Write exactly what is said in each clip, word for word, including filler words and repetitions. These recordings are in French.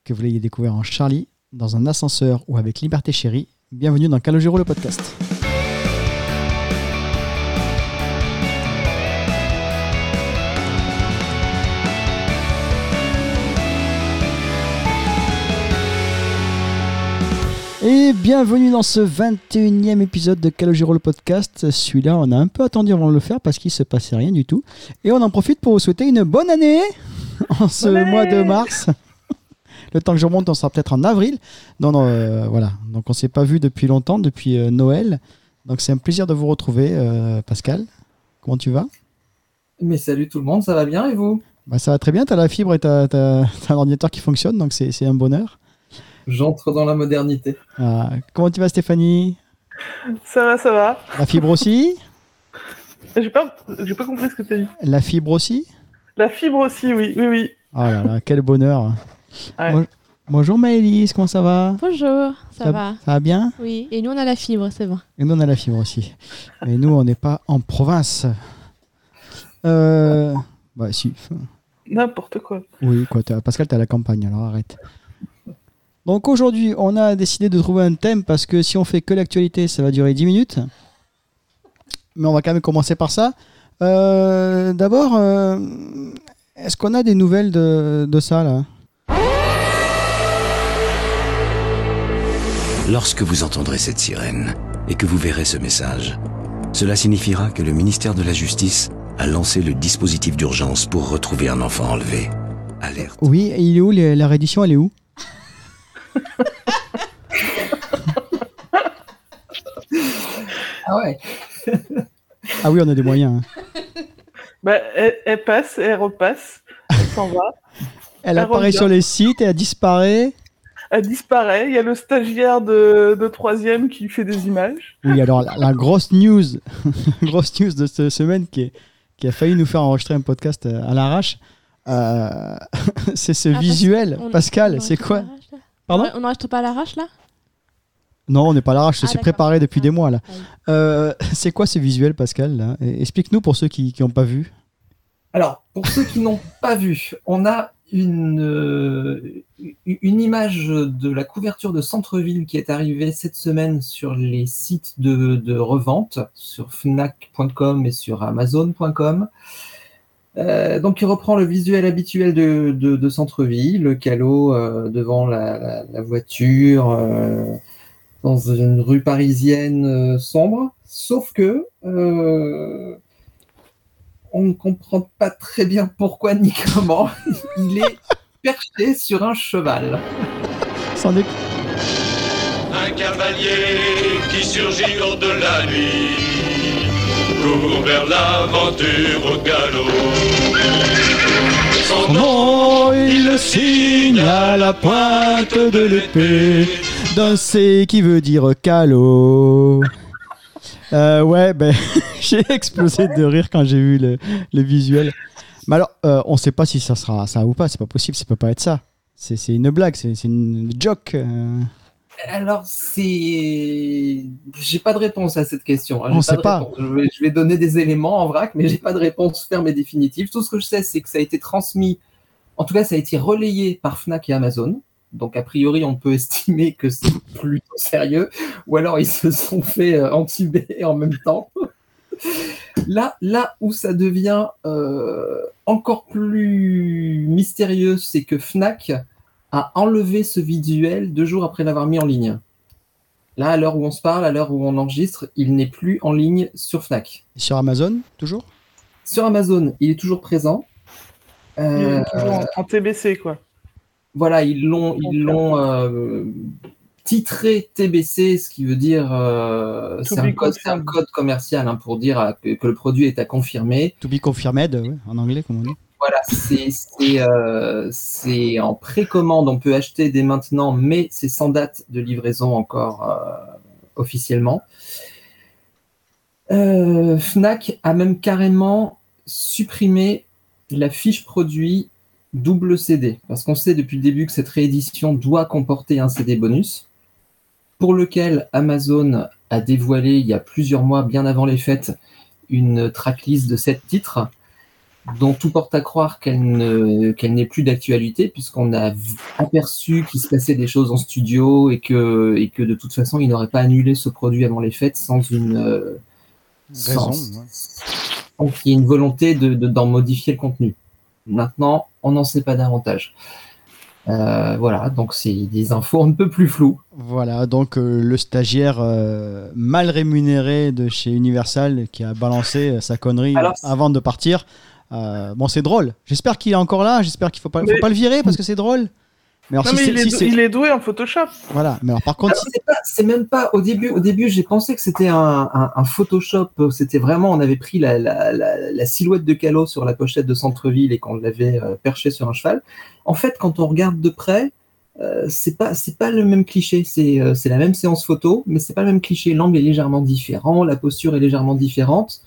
que vous l'ayez découvert en Charlie, dans un ascenseur ou avec Liberté Chérie, bienvenue dans Calogero le podcast. Et bienvenue dans ce vingt et unième épisode de Calogero le podcast. Celui-là, on a un peu attendu avant de le faire parce qu'il ne se passait rien du tout. Et on en profite pour vous souhaiter une bonne année en ce bonne mois année. de mars. Le temps que je remonte, on sera peut-être en avril. Non, non, euh, voilà. Donc on ne s'est pas vu depuis longtemps, depuis euh, Noël. Donc c'est un plaisir de vous retrouver, euh, Pascal. Comment tu vas ? Mais salut tout le monde, ça va bien et vous ? Bah, ça va très bien, tu as la fibre et tu as un ordinateur qui fonctionne, donc c'est, c'est un bonheur. J'entre dans la modernité. Ah, comment tu vas, Stéphanie ? Ça va, ça va. La fibre aussi ? J'ai pas, j'ai pas compris ce que tu as dit. La fibre aussi ? La fibre aussi, oui, oui, oui. Oh là là, quel bonheur. Ouais. Bon, bonjour Maëlys, comment ça va ? Bonjour, ça, ça va. Ça va bien ? Oui, et nous on a la fibre, c'est bon. Et nous on a la fibre aussi. Mais nous on n'est pas en province. Euh... Bah si. N'importe quoi. Oui, quoi, t'as... Pascal, t'es à la campagne, alors arrête. Donc aujourd'hui, on a décidé de trouver un thème parce que si on fait que l'actualité, ça va durer dix minutes. Mais on va quand même commencer par ça. Euh, d'abord, euh, est-ce qu'on a des nouvelles de, de ça, là ? Lorsque vous entendrez cette sirène et que vous verrez ce message, cela signifiera que le ministère de la Justice a lancé le dispositif d'urgence pour retrouver un enfant enlevé. Alerte. Oui, et il est où ? La réédition, elle est où ? Ah ouais. Ah oui, on a des moyens. Hein. Bah, elle, elle passe, elle repasse, elle s'en va. Elle, elle apparaît revient. sur les sites et elle disparaît. Elle disparaît. Il y a le stagiaire de, de troisième qui fait des images. Oui, alors la, la grosse news, grosse news de cette semaine qui, est, qui a failli nous faire enregistrer un podcast à l'arrache, euh, c'est ce ah, visuel. On, Pascal, on c'est quoi ? Pardon ? On n'enregistre pas à l'arrache là ? Non, on n'est pas à l'arrache, ah, c'est préparé depuis ah. des mois là. Ah, oui. euh, c'est quoi ce visuel, Pascal là ? Explique-nous pour ceux qui n'ont pas vu. Alors, pour ceux qui n'ont pas vu, on a une, euh, une image de la couverture de Centre-Ville qui est arrivée cette semaine sur les sites de, de revente, sur fnac point com et sur amazon point com. Euh, donc, il reprend le visuel habituel de, de, de Centre-Ville, le calot euh, devant la, la, la voiture, euh, dans une rue parisienne euh, sombre, sauf que euh, on ne comprend pas très bien pourquoi ni comment il est perché sur un cheval. C'en est... Un cavalier qui surgit hors de la nuit court vers l'aventure au galop. Son nom, il le signe à la pointe de l'épée d'un C qui veut dire calot. Euh, ouais, ben, j'ai explosé de rire quand j'ai vu le, le visuel. Mais alors, euh, on sait pas si ça sera ça ou pas, c'est pas possible, ça peut pas être ça. C'est, c'est une blague, c'est, c'est une joke. Euh... Alors, c'est... J'ai pas de réponse à cette question. J'ai on pas sait de pas. Je vais, je vais donner des éléments en vrac, mais j'ai pas de réponse ferme et définitive. Tout ce que je sais, c'est que ça a été transmis, en tout cas, ça a été relayé par Fnac et Amazon. Donc, a priori, on peut estimer que c'est plutôt sérieux. Ou alors, ils se sont fait euh, entuber en même temps. Là, là où ça devient euh, encore plus mystérieux, c'est que Fnac a enlevé ce visuel deux jours après l'avoir mis en ligne. Là, à l'heure où on se parle, à l'heure où on enregistre, il n'est plus en ligne sur Fnac. Sur Amazon, toujours ? Sur Amazon, il est toujours présent. Euh, il est toujours en, en T B C, quoi. Voilà, ils l'ont, ils l'ont euh, titré T B C, ce qui veut dire euh, c'est, un code, c'est un code commercial hein, pour dire euh, que, que le produit est à confirmer. To be confirmed, ouais, en anglais, comme on dit. Voilà, c'est, c'est, euh, c'est en précommande, on peut acheter dès maintenant, mais c'est sans date de livraison encore euh, officiellement. Euh, Fnac a même carrément supprimé la fiche produit double C D, parce qu'on sait depuis le début que cette réédition doit comporter un C D bonus, pour lequel Amazon a dévoilé il y a plusieurs mois, bien avant les fêtes, une tracklist de sept titres. dont tout porte à croire qu'elle ne, qu'elle n'est plus d'actualité, puisqu'on a vu- aperçu qu'il se passait des choses en studio et que, et que de toute façon, il n'aurait pas annulé ce produit avant les fêtes sans une euh, Raison, sans, ouais. sans qu'il y ait une volonté de, de- d'en modifier le contenu. Maintenant, on n'en sait pas davantage. Euh, voilà, donc c'est des infos un peu plus floues. Voilà, donc euh, le stagiaire euh, mal rémunéré de chez Universal qui a balancé euh, sa connerie Alors, avant de partir. Euh, bon, c'est drôle. J'espère qu'il est encore là. J'espère qu'il faut pas, faut Mais- pas le virer parce que c'est drôle. Mais alors, Non, si mais c'est, il est, si dou- c'est- il est doué en Photoshop. voilà. Mais alors, par contre, Alors, c'est, pas- c'est même pas au début. Au début, j'ai pensé que c'était un, un- un Photoshop. C'était vraiment, on avait pris la, la- la- la silhouette de Calo sur la pochette de Centre-ville et qu'on l'avait euh, perché sur un cheval. En fait, quand on regarde de près, euh, c'est pas, c'est pas le même cliché. C'est, euh, c'est la même séance photo, mais c'est pas le même cliché. L'angle est légèrement différent, la posture est légèrement différente.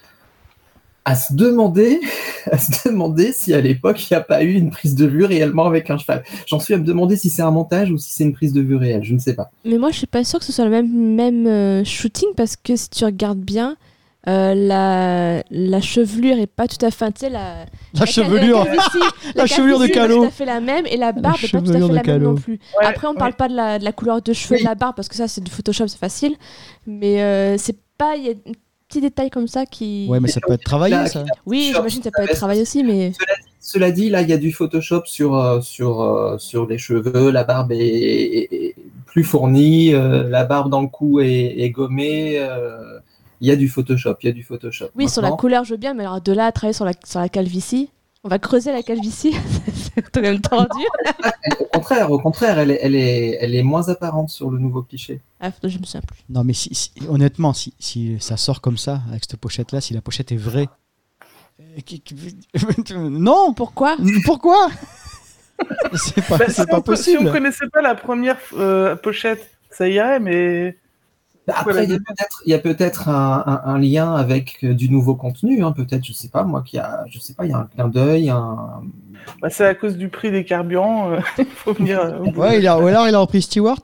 À se demander, à se demander si à l'époque il n'y a pas eu une prise de vue réellement avec un cheval. J'en suis à me demander si c'est un montage ou si c'est une prise de vue réelle. Je ne sais pas. Mais moi, je suis pas sûre que ce soit le même, même euh, shooting parce que si tu regardes bien, euh, la, la chevelure est pas tout à fait. Tu sais, la, la chevelure, la, calvitie- la chevelure de calvitie est pas Calo. tout à fait la même et la barbe est pas tout à chevelure fait de la même Calo. non plus. Ouais, Après, on ouais. parle pas de la, de la couleur de cheveux Oui. de la barbe parce que ça, c'est du Photoshop, c'est facile. Mais euh, c'est pas. Il y a un petit détail comme ça qui. Ouais, mais ça peut être travaillé, Là, ça. Oui, Photoshop, j'imagine que ça peut ça être reste- travaillé aussi, mais. Cela dit, là, il y a du Photoshop sur, euh, sur, euh, sur les cheveux. La barbe est, est- est plus fournie. euh, la barbe dans le cou est, est gommée. euh, Il y a du Photoshop. Il y a du Photoshop. Oui, sur la Maintenant, couleur, je veux bien, mais alors de là à travailler sur la, sur la calvitie, on va creuser la calvitie, c'est quand même tendu. Au contraire, au contraire, elle est, elle est, elle est moins apparente sur le nouveau cliché. Ah, je me souviens plus. Non, mais si, si- honnêtement, si, si ça sort comme ça, avec cette pochette-là, si la pochette est vraie. euh, qui- qui- Non, Pourquoi pourquoi C'est pas, Bah, c'est si, pas on, co- si on possible. connaissait pas la première euh, pochette, ça irait, mais. Après, il y a peut-être, il y a peut-être un, un- un lien avec euh, du nouveau contenu. Hein, peut-être, je sais pas, moi, qu'il y a, je sais pas, il y a un clin d'œil, un, Bah, c'est à cause du prix des carburants. euh, Il faut venir. euh, au bout. Ouais, il a, ou alors il a repris Stewart.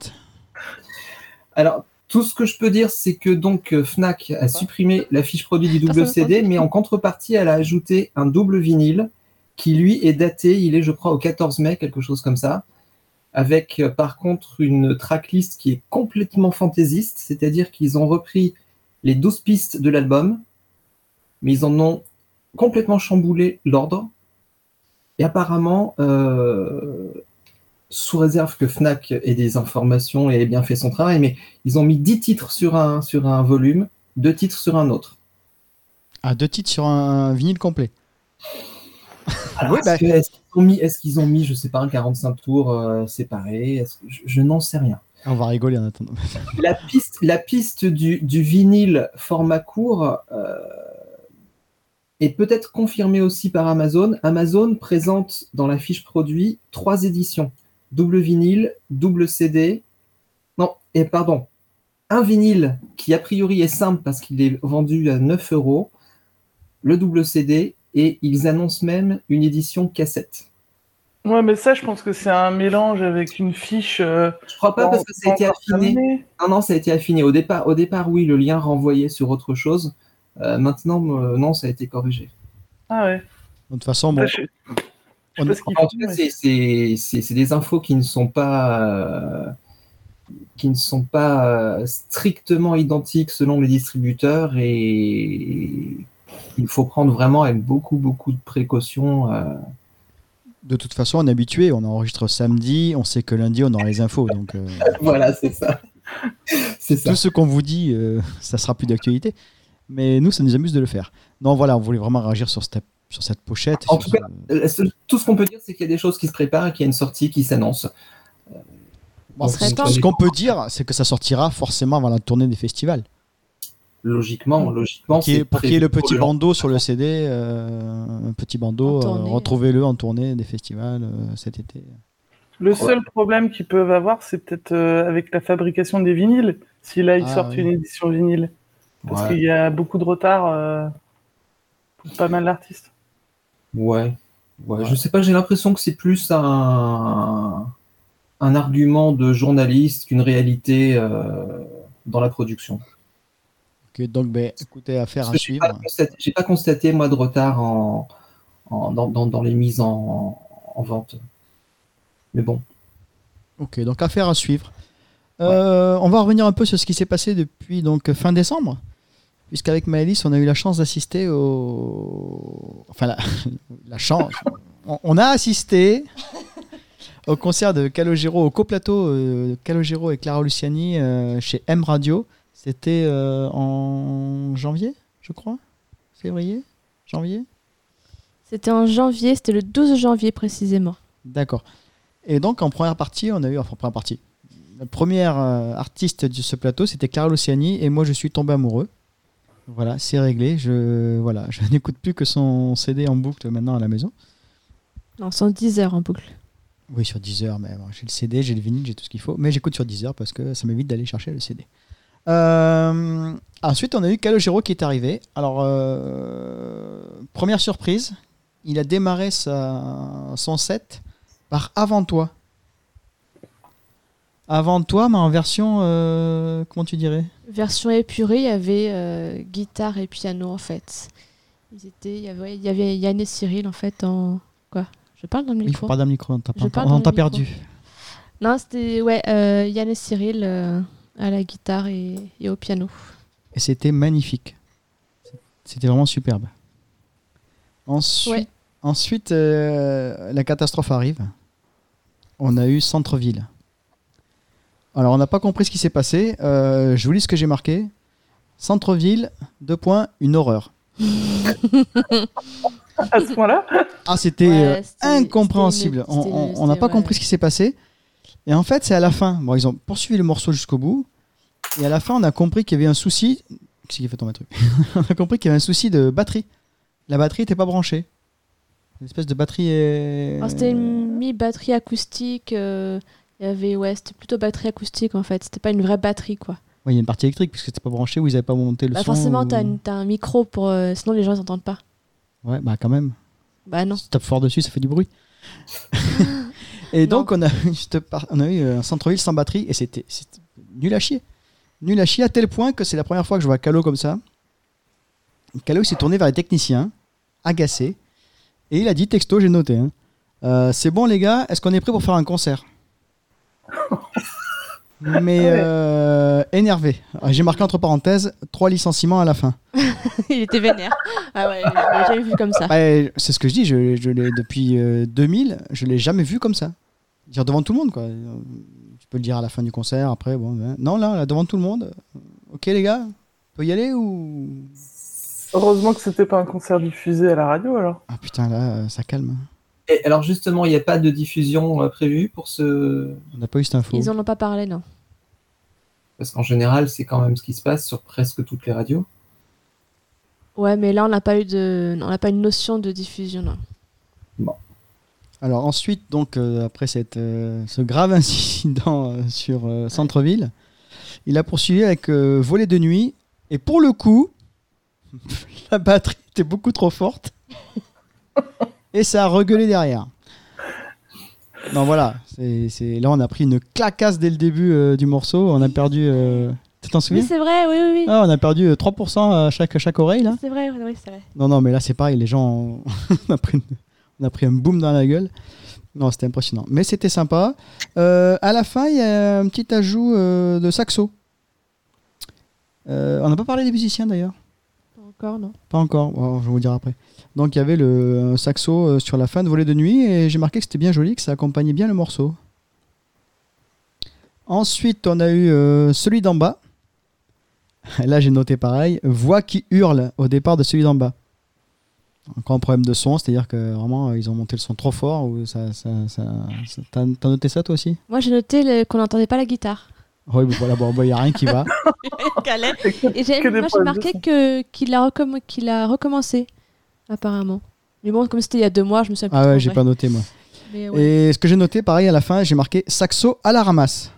Alors, tout ce que je peux dire, c'est que donc euh, Fnac a supprimé la fiche produit du double Personne C D, n'entend. mais en contrepartie, elle a ajouté un double vinyle qui, lui, est daté, il est, je crois, au quatorze mai, quelque chose comme ça, avec, euh, par contre, une tracklist qui est complètement fantaisiste, c'est-à-dire qu'ils ont repris les douze pistes de l'album, mais ils en ont complètement chamboulé l'ordre, et apparemment... euh, sous réserve que Fnac ait des informations et ait bien fait son travail, mais ils ont mis dix titres sur un, sur un volume, deux titres sur un autre. Ah, deux titres sur un vinyle complet. Alors, Oui, est-ce, bah- que- est-ce qu'ils ont mis, est-ce qu'ils ont mis, je sais pas, un quarante-cinq tours euh, séparé Est-ce que- je, je n'en sais rien. On va rigoler en attendant. La piste, la piste du, du vinyle format court euh, est peut-être confirmée aussi par Amazon. Amazon présente dans la fiche produit trois éditions. Double vinyle, double C D. Non, et pardon. Un vinyle qui a priori est simple parce qu'il est vendu à neuf euros. Le double C D. Et ils annoncent même une édition cassette. Ouais, mais ça, je pense que c'est un mélange avec une fiche. euh, Je crois pas pas- parce que ça a pas été encore affiné. terminée. Non, non, ça a été affiné. Au départ, au départ oui, le lien renvoyait sur autre chose. Euh, maintenant, euh, non, ça a été corrigé. Ah ouais. De toute façon, bon, Ça, je sais- je sais on- pas ce qu'ils En font, tout cas, mais- c'est- c'est c'est- c'est des infos qui ne sont pas, euh, qui ne sont pas euh, strictement identiques selon les distributeurs et il faut prendre vraiment avec beaucoup, beaucoup de précautions. euh. de toute façon, on est habitué. On enregistre samedi. On sait que lundi, on aura les infos. Donc, euh, Voilà, c'est ça. C'est ça. tout ce qu'on vous dit, euh, ça sera plus d'actualité. Mais nous, ça nous amuse de le faire. Non, voilà, on voulait vraiment réagir sur cette, sur cette pochette. En sur tout ce- cas, La seule- Tout ce qu'on peut dire, c'est qu'il y a des choses qui se préparent et qu'il y a une sortie qui s'annonce. Bon, serait ce temps. ce qu'on peut dire, c'est que ça sortira forcément avant la tournée des festivals. Logiquement, logiquement, Qui est, c'est pour qu'il y ait le prévu petit pour bandeau sur le C D, euh, un petit bandeau, En euh, tournée. retrouvez-le en tournée des festivals euh, cet été. Le seul problème qu'ils peuvent avoir, c'est peut-être euh, avec la fabrication des vinyles. Si là, ils Ah, sortent oui. une édition vinyle. Parce Ouais. qu'il y a beaucoup de retard euh, pour pas mal d'artistes. Ouais. Ouais, je sais pas, j'ai l'impression que c'est plus un, un argument de journaliste qu'une réalité euh, dans la production. Ok, donc, ben, écoutez, affaire à Parce que j'ai pas suivre. constaté, j'ai pas constaté, moi, de retard en, en- dans, dans, dans les mises en, en vente. Mais bon. Ok, donc affaire à suivre. Euh, on va revenir un peu sur ce qui s'est passé depuis donc fin décembre, puisqu'avec Maëlys, on a eu la chance d'assister au... Enfin, la, la chance... On, on a assisté au concert de Calogero, au coplateau euh, de Calogero et Clara Luciani euh, chez M Radio. C'était euh, en janvier, je crois. Février, janvier. C'était en janvier, c'était le douze janvier précisément. D'accord. Et donc en première partie, on a eu, enfin première partie, la première euh, artiste de ce plateau, c'était Clara Luciani, et moi je suis tombé amoureux. Voilà, c'est réglé. Je, voilà, je n'écoute plus que son C D en boucle maintenant à la maison. Non, cent dix heures en boucle. Oui, sur Deezer, mais bon, j'ai le C D, j'ai le vinyle, j'ai tout ce qu'il faut. Mais j'écoute sur Deezer parce que ça m'évite d'aller chercher le C D. Euh, ensuite, on a eu Calogero qui est arrivé. Alors, euh, première surprise, il a démarré sa, son set par Avant toi. Avant toi, mais en version, euh, comment tu dirais ? Version épurée, il y avait euh, guitare et piano en fait. Ils étaient, il y avait, il y avait Yann et Cyril en fait en quoi ? Je parle dans le Il micro. faut pas d'un micro, on t'a, Je pas- parle on dans t'a le perdu. Non, c'était ouais, euh, Yann et Cyril euh, à la guitare et, et au piano. Et c'était magnifique. C'était vraiment superbe. Ensuite, Ouais. ensuite euh, la catastrophe arrive. On a eu Centre-Ville. Alors, on n'a pas compris ce qui s'est passé. Euh, je vous lis ce que j'ai marqué. Centre-Ville, deux points, une horreur. À ce point-là. Ah, c'était Ouais, euh, c'était- incompréhensible. c'était une- On- on c'était- on n'a pas ouais. compris ce qui s'est passé. Et en fait, c'est à la fin. Bon, ils ont poursuivi le morceau jusqu'au bout. Et à la fin, on a compris qu'il y avait un souci. Qu'est-ce qui fait tomber le truc On a compris qu'il y avait un souci de batterie. La batterie n'était pas branchée. Une espèce de batterie. est- Alors, c'était une mi-batterie acoustique. euh, Il y avait ouais, c'était plutôt batterie acoustique en fait. C'était pas une vraie batterie quoi. Ouais, il y a une partie électrique puisque c'était pas branché ou ils n'avaient pas monté le Bah, son. forcément, ou- t'as, une- t'as un micro pour, euh, sinon les gens ils entendent pas. Ouais, bah quand même. Bah non. Si tu tapes fort dessus, ça fait du bruit. Et donc, on a, eu cette par- on a eu un centre-ville sans batterie et c'était, c'était nul à chier. Nul à chier à tel point que c'est la première fois que je vois Calo comme ça. Calo s'est tourné vers les techniciens, agacé, et il a dit texto, j'ai noté, hein, euh, c'est bon les gars, est-ce qu'on est prêt pour faire un concert ? Mais euh, énervé. Alors, j'ai marqué entre parenthèses trois licenciements à la fin. Il était vénère. Ah ouais, je l'ai jamais vu comme ça. Ouais, c'est ce que je dis, je, je l'ai, depuis euh, deux mille, je l'ai jamais vu comme ça. Dire devant tout le monde, quoi. Euh, Tu peux le dire à la fin du concert, après, bon. Ben, non, là, là, devant tout le monde. euh, Ok, les gars, on peut y aller ou. Heureusement que c'était pas un concert diffusé à la radio alors. Ah putain, là, euh, ça calme. Et alors justement, il n'y a pas de diffusion euh, prévue pour ce... On n'a pas eu cette info. Ils en ont pas parlé, non. Parce qu'en général, c'est quand même ce qui se passe sur presque toutes les radios. Ouais, mais là on n'a pas eu de, on n'a pas une notion de diffusion, non. Alors ensuite, donc, euh, après cette, euh, ce grave incident euh, sur euh, Centre-Ville, il a poursuivi avec euh, Voler de nuit. Et pour le coup, la batterie était beaucoup trop forte. Et ça a regueulé derrière. Non, voilà. C'est, c'est... Là, on a pris une clacasse dès le début euh, du morceau. On a perdu... Euh... Tu t'en souviens ? Oui, c'est vrai, oui, oui, oui. Ah, on a perdu euh, trois pour cent à chaque, chaque oreille, là. C'est vrai, oui, oui, c'est vrai. Non, non, mais là, c'est pareil. Les gens... ont- on, a pris une- on a pris un boom dans la gueule. Non, c'était impressionnant. Mais c'était sympa. Euh, à la fin, il y a un petit ajout euh, de saxo. Euh, on n'a pas parlé des musiciens, d'ailleurs. Pas encore, non. Pas encore, bon, je vais vous dire après. Donc il y avait le un saxo euh, sur la fin de Voler de nuit et j'ai marqué que c'était bien joli, que ça accompagnait bien le morceau. Ensuite, on a eu euh, celui d'en bas. Là, j'ai noté pareil. Voix qui hurle au départ de celui d'en bas. Encore un problème de son, c'est-à-dire que vraiment, euh, ils ont monté le son trop fort. Ou ça, ça, ça, ça- T'as, t'as noté ça toi aussi ? Moi j'ai noté le- qu'on n'entendait pas la guitare. Oui, bon, voilà, bon, il n'y a rien qui va. Et j'ai, Que des moi j'ai problèmes de marqué son. que, qu'il, a recomm- qu'il a recommencé, apparemment. Mais bon, comme c'était il y a deux mois, je me souviens plus Ah trop, ouais, en j'ai vrai. pas noté moi. Mais ouais. Et ce que j'ai noté, pareil, à la fin, j'ai marqué saxo à la ramasse.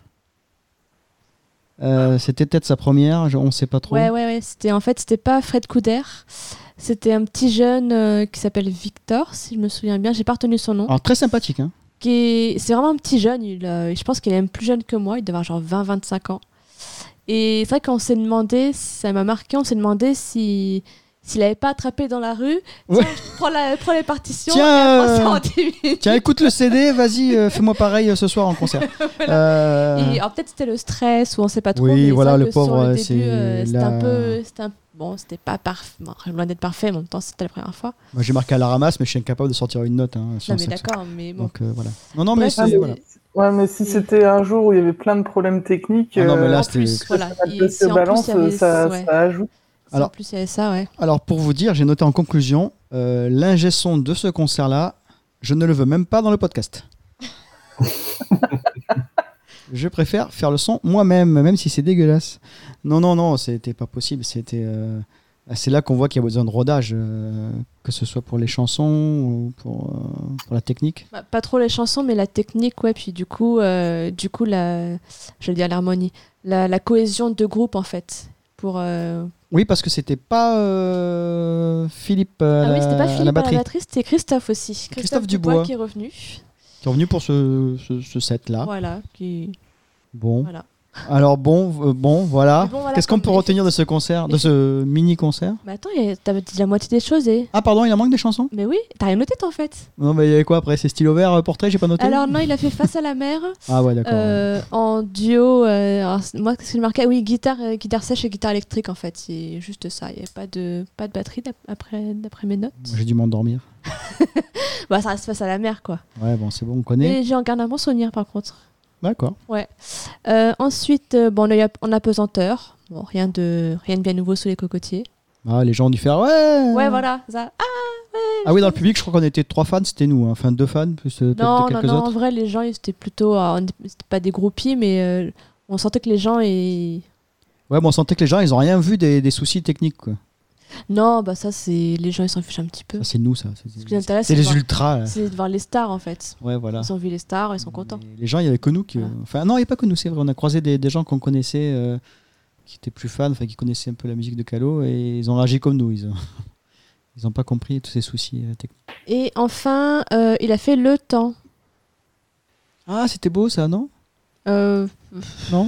Euh, c'était peut-être sa première, je- on sait pas trop. Ouais, ouais, ouais. C'était, en fait, c'était pas Fred Couder. C'était un petit jeune euh, qui s'appelle Victor, si je me souviens bien. J'ai pas retenu son nom. Alors très sympathique, hein. Qui est... C'est vraiment un petit jeune. Il, euh, je pense qu'il est même plus jeune que moi. Il doit avoir genre vingt à vingt-cinq ans. Et c'est vrai qu'on s'est demandé, ça m'a marqué, on s'est demandé si, s'il n'avait pas attrapé dans la rue, Ouais. tiens, prends, la, prends les partitions Tiens, et apprends ça euh, en dix minutes. Tiens, écoute le C D, vas-y, euh, fais-moi pareil euh, ce soir en concert. Euh, Et alors, peut-être c'était le stress ou on sait pas trop. Oui, mais voilà, c'est vrai le que sur pauvre, le euh, début, c'est euh, c'était la- un peu. C'était un... Bon, c'était pas parfait. Bon, loin d'être parfait, mais en même temps, c'était la première fois. Moi, j'ai marqué à la ramasse, mais je suis incapable de sortir une note. Hein, Non, sans mais ça. d'accord, mais bon. Donc euh, voilà. Non, non, mais Bref, c'est. Ah, mais- Voilà. Ouais, mais si c'était un jour où il y avait plein de problèmes techniques, Ah non, mais euh, là, en c'était- plus, voilà. ça Et peut si se en plus, balance, il y avait- ça, ouais. ça ajoute. Si Alors- en plus, il y avait ça, ouais. Alors, pour vous dire, j'ai noté en conclusion, euh, l'ingé son de ce concert-là, je ne le veux même pas dans le podcast. Je préfère faire le son moi-même, même si c'est dégueulasse. Non, non, non, c'était pas possible. C'était, euh, c'est là qu'on voit qu'il y a besoin de rodage, euh, que ce soit pour les chansons ou pour, euh, pour la technique. Bah, pas trop les chansons, mais la technique, ouais. Puis du coup, euh, du coup la, je vais dire l'harmonie, la, la cohésion de groupe, en fait. Pour, euh, Oui, parce que c'était pas euh, Philippe euh, à, Ah oui, c'était la, pas à Philippe la à la batterie, batterie, c'était Christophe aussi. Christophe, Christophe Dubois, Dubois. qui est revenu. qui est revenu pour ce, ce, ce set-là. Voilà. Qui... Bon. voilà. Alors bon, euh, bon, voilà. Mais bon, voilà, Qu'est-ce qu'on comme peut les- retenir de ce concert, de ce mini-concert? Mais attends, y a- t'avais dit la moitié des choses et. Ah pardon, il en manque des chansons? Mais oui, t'as rien noté toi en fait. Non, mais il y avait quoi après? C'est stylo vert, euh, portrait, j'ai pas noté? Alors non, il a fait Face à la mer Ah ouais, d'accord. euh, en duo. euh, alors, c- moi, qu'est-ce que je marquais? Oui, guitare, euh, guitare sèche et guitare électrique en fait. C'est juste ça. Il n'y avait pas de, pas de batterie d'ap- après, d'après mes notes. J'ai dû m'endormir. Bah, ça reste Face à la mer quoi. Ouais, bon, c'est bon, on connaît. Et j'ai en garde un bon souvenir par contre. D'accord. Euh, ensuite, euh, bon, on a eu en apesanteur. Bon, rien de, rien de bien nouveau sous les cocotiers. Ah, les gens ont dû faire ouais. Ouais, voilà. Ça. Ah, Ah oui, dans le public, je crois qu'on était trois fans, c'était nous, hein. Enfin deux fans, plus euh, peut-être non, non, quelques non, en autres. vrai, les gens, ils étaient plutôt. euh, on- c'était pas des groupies, mais euh, on sentait que les gens. Ils... Ouais, mais on sentait que les gens, ils ont rien vu des, des soucis techniques, quoi. Non, bah ça, c'est. Les gens, ils s'en fichent un petit peu. Ça, c'est nous, ça. C'est, Ce qui intéresse, c'est c'est de les voir- ultras. Là. C'est de voir les stars en fait. Ouais, voilà. Ils ont vu les stars, ils sont contents. Les, les gens, il y avait que nous qui. Voilà. Enfin, non, il n'y a pas que nous, c'est vrai. On a croisé des, des gens qu'on connaissait, euh, qui étaient plus fans, enfin, qui connaissaient un peu la musique de Calo, et ils ont réagi comme nous. Ils ont, ils ont pas compris tous ces soucis euh, techniques. Et enfin, euh, il a fait Le Temps. Ah, c'était beau, ça, non? Euh, Non.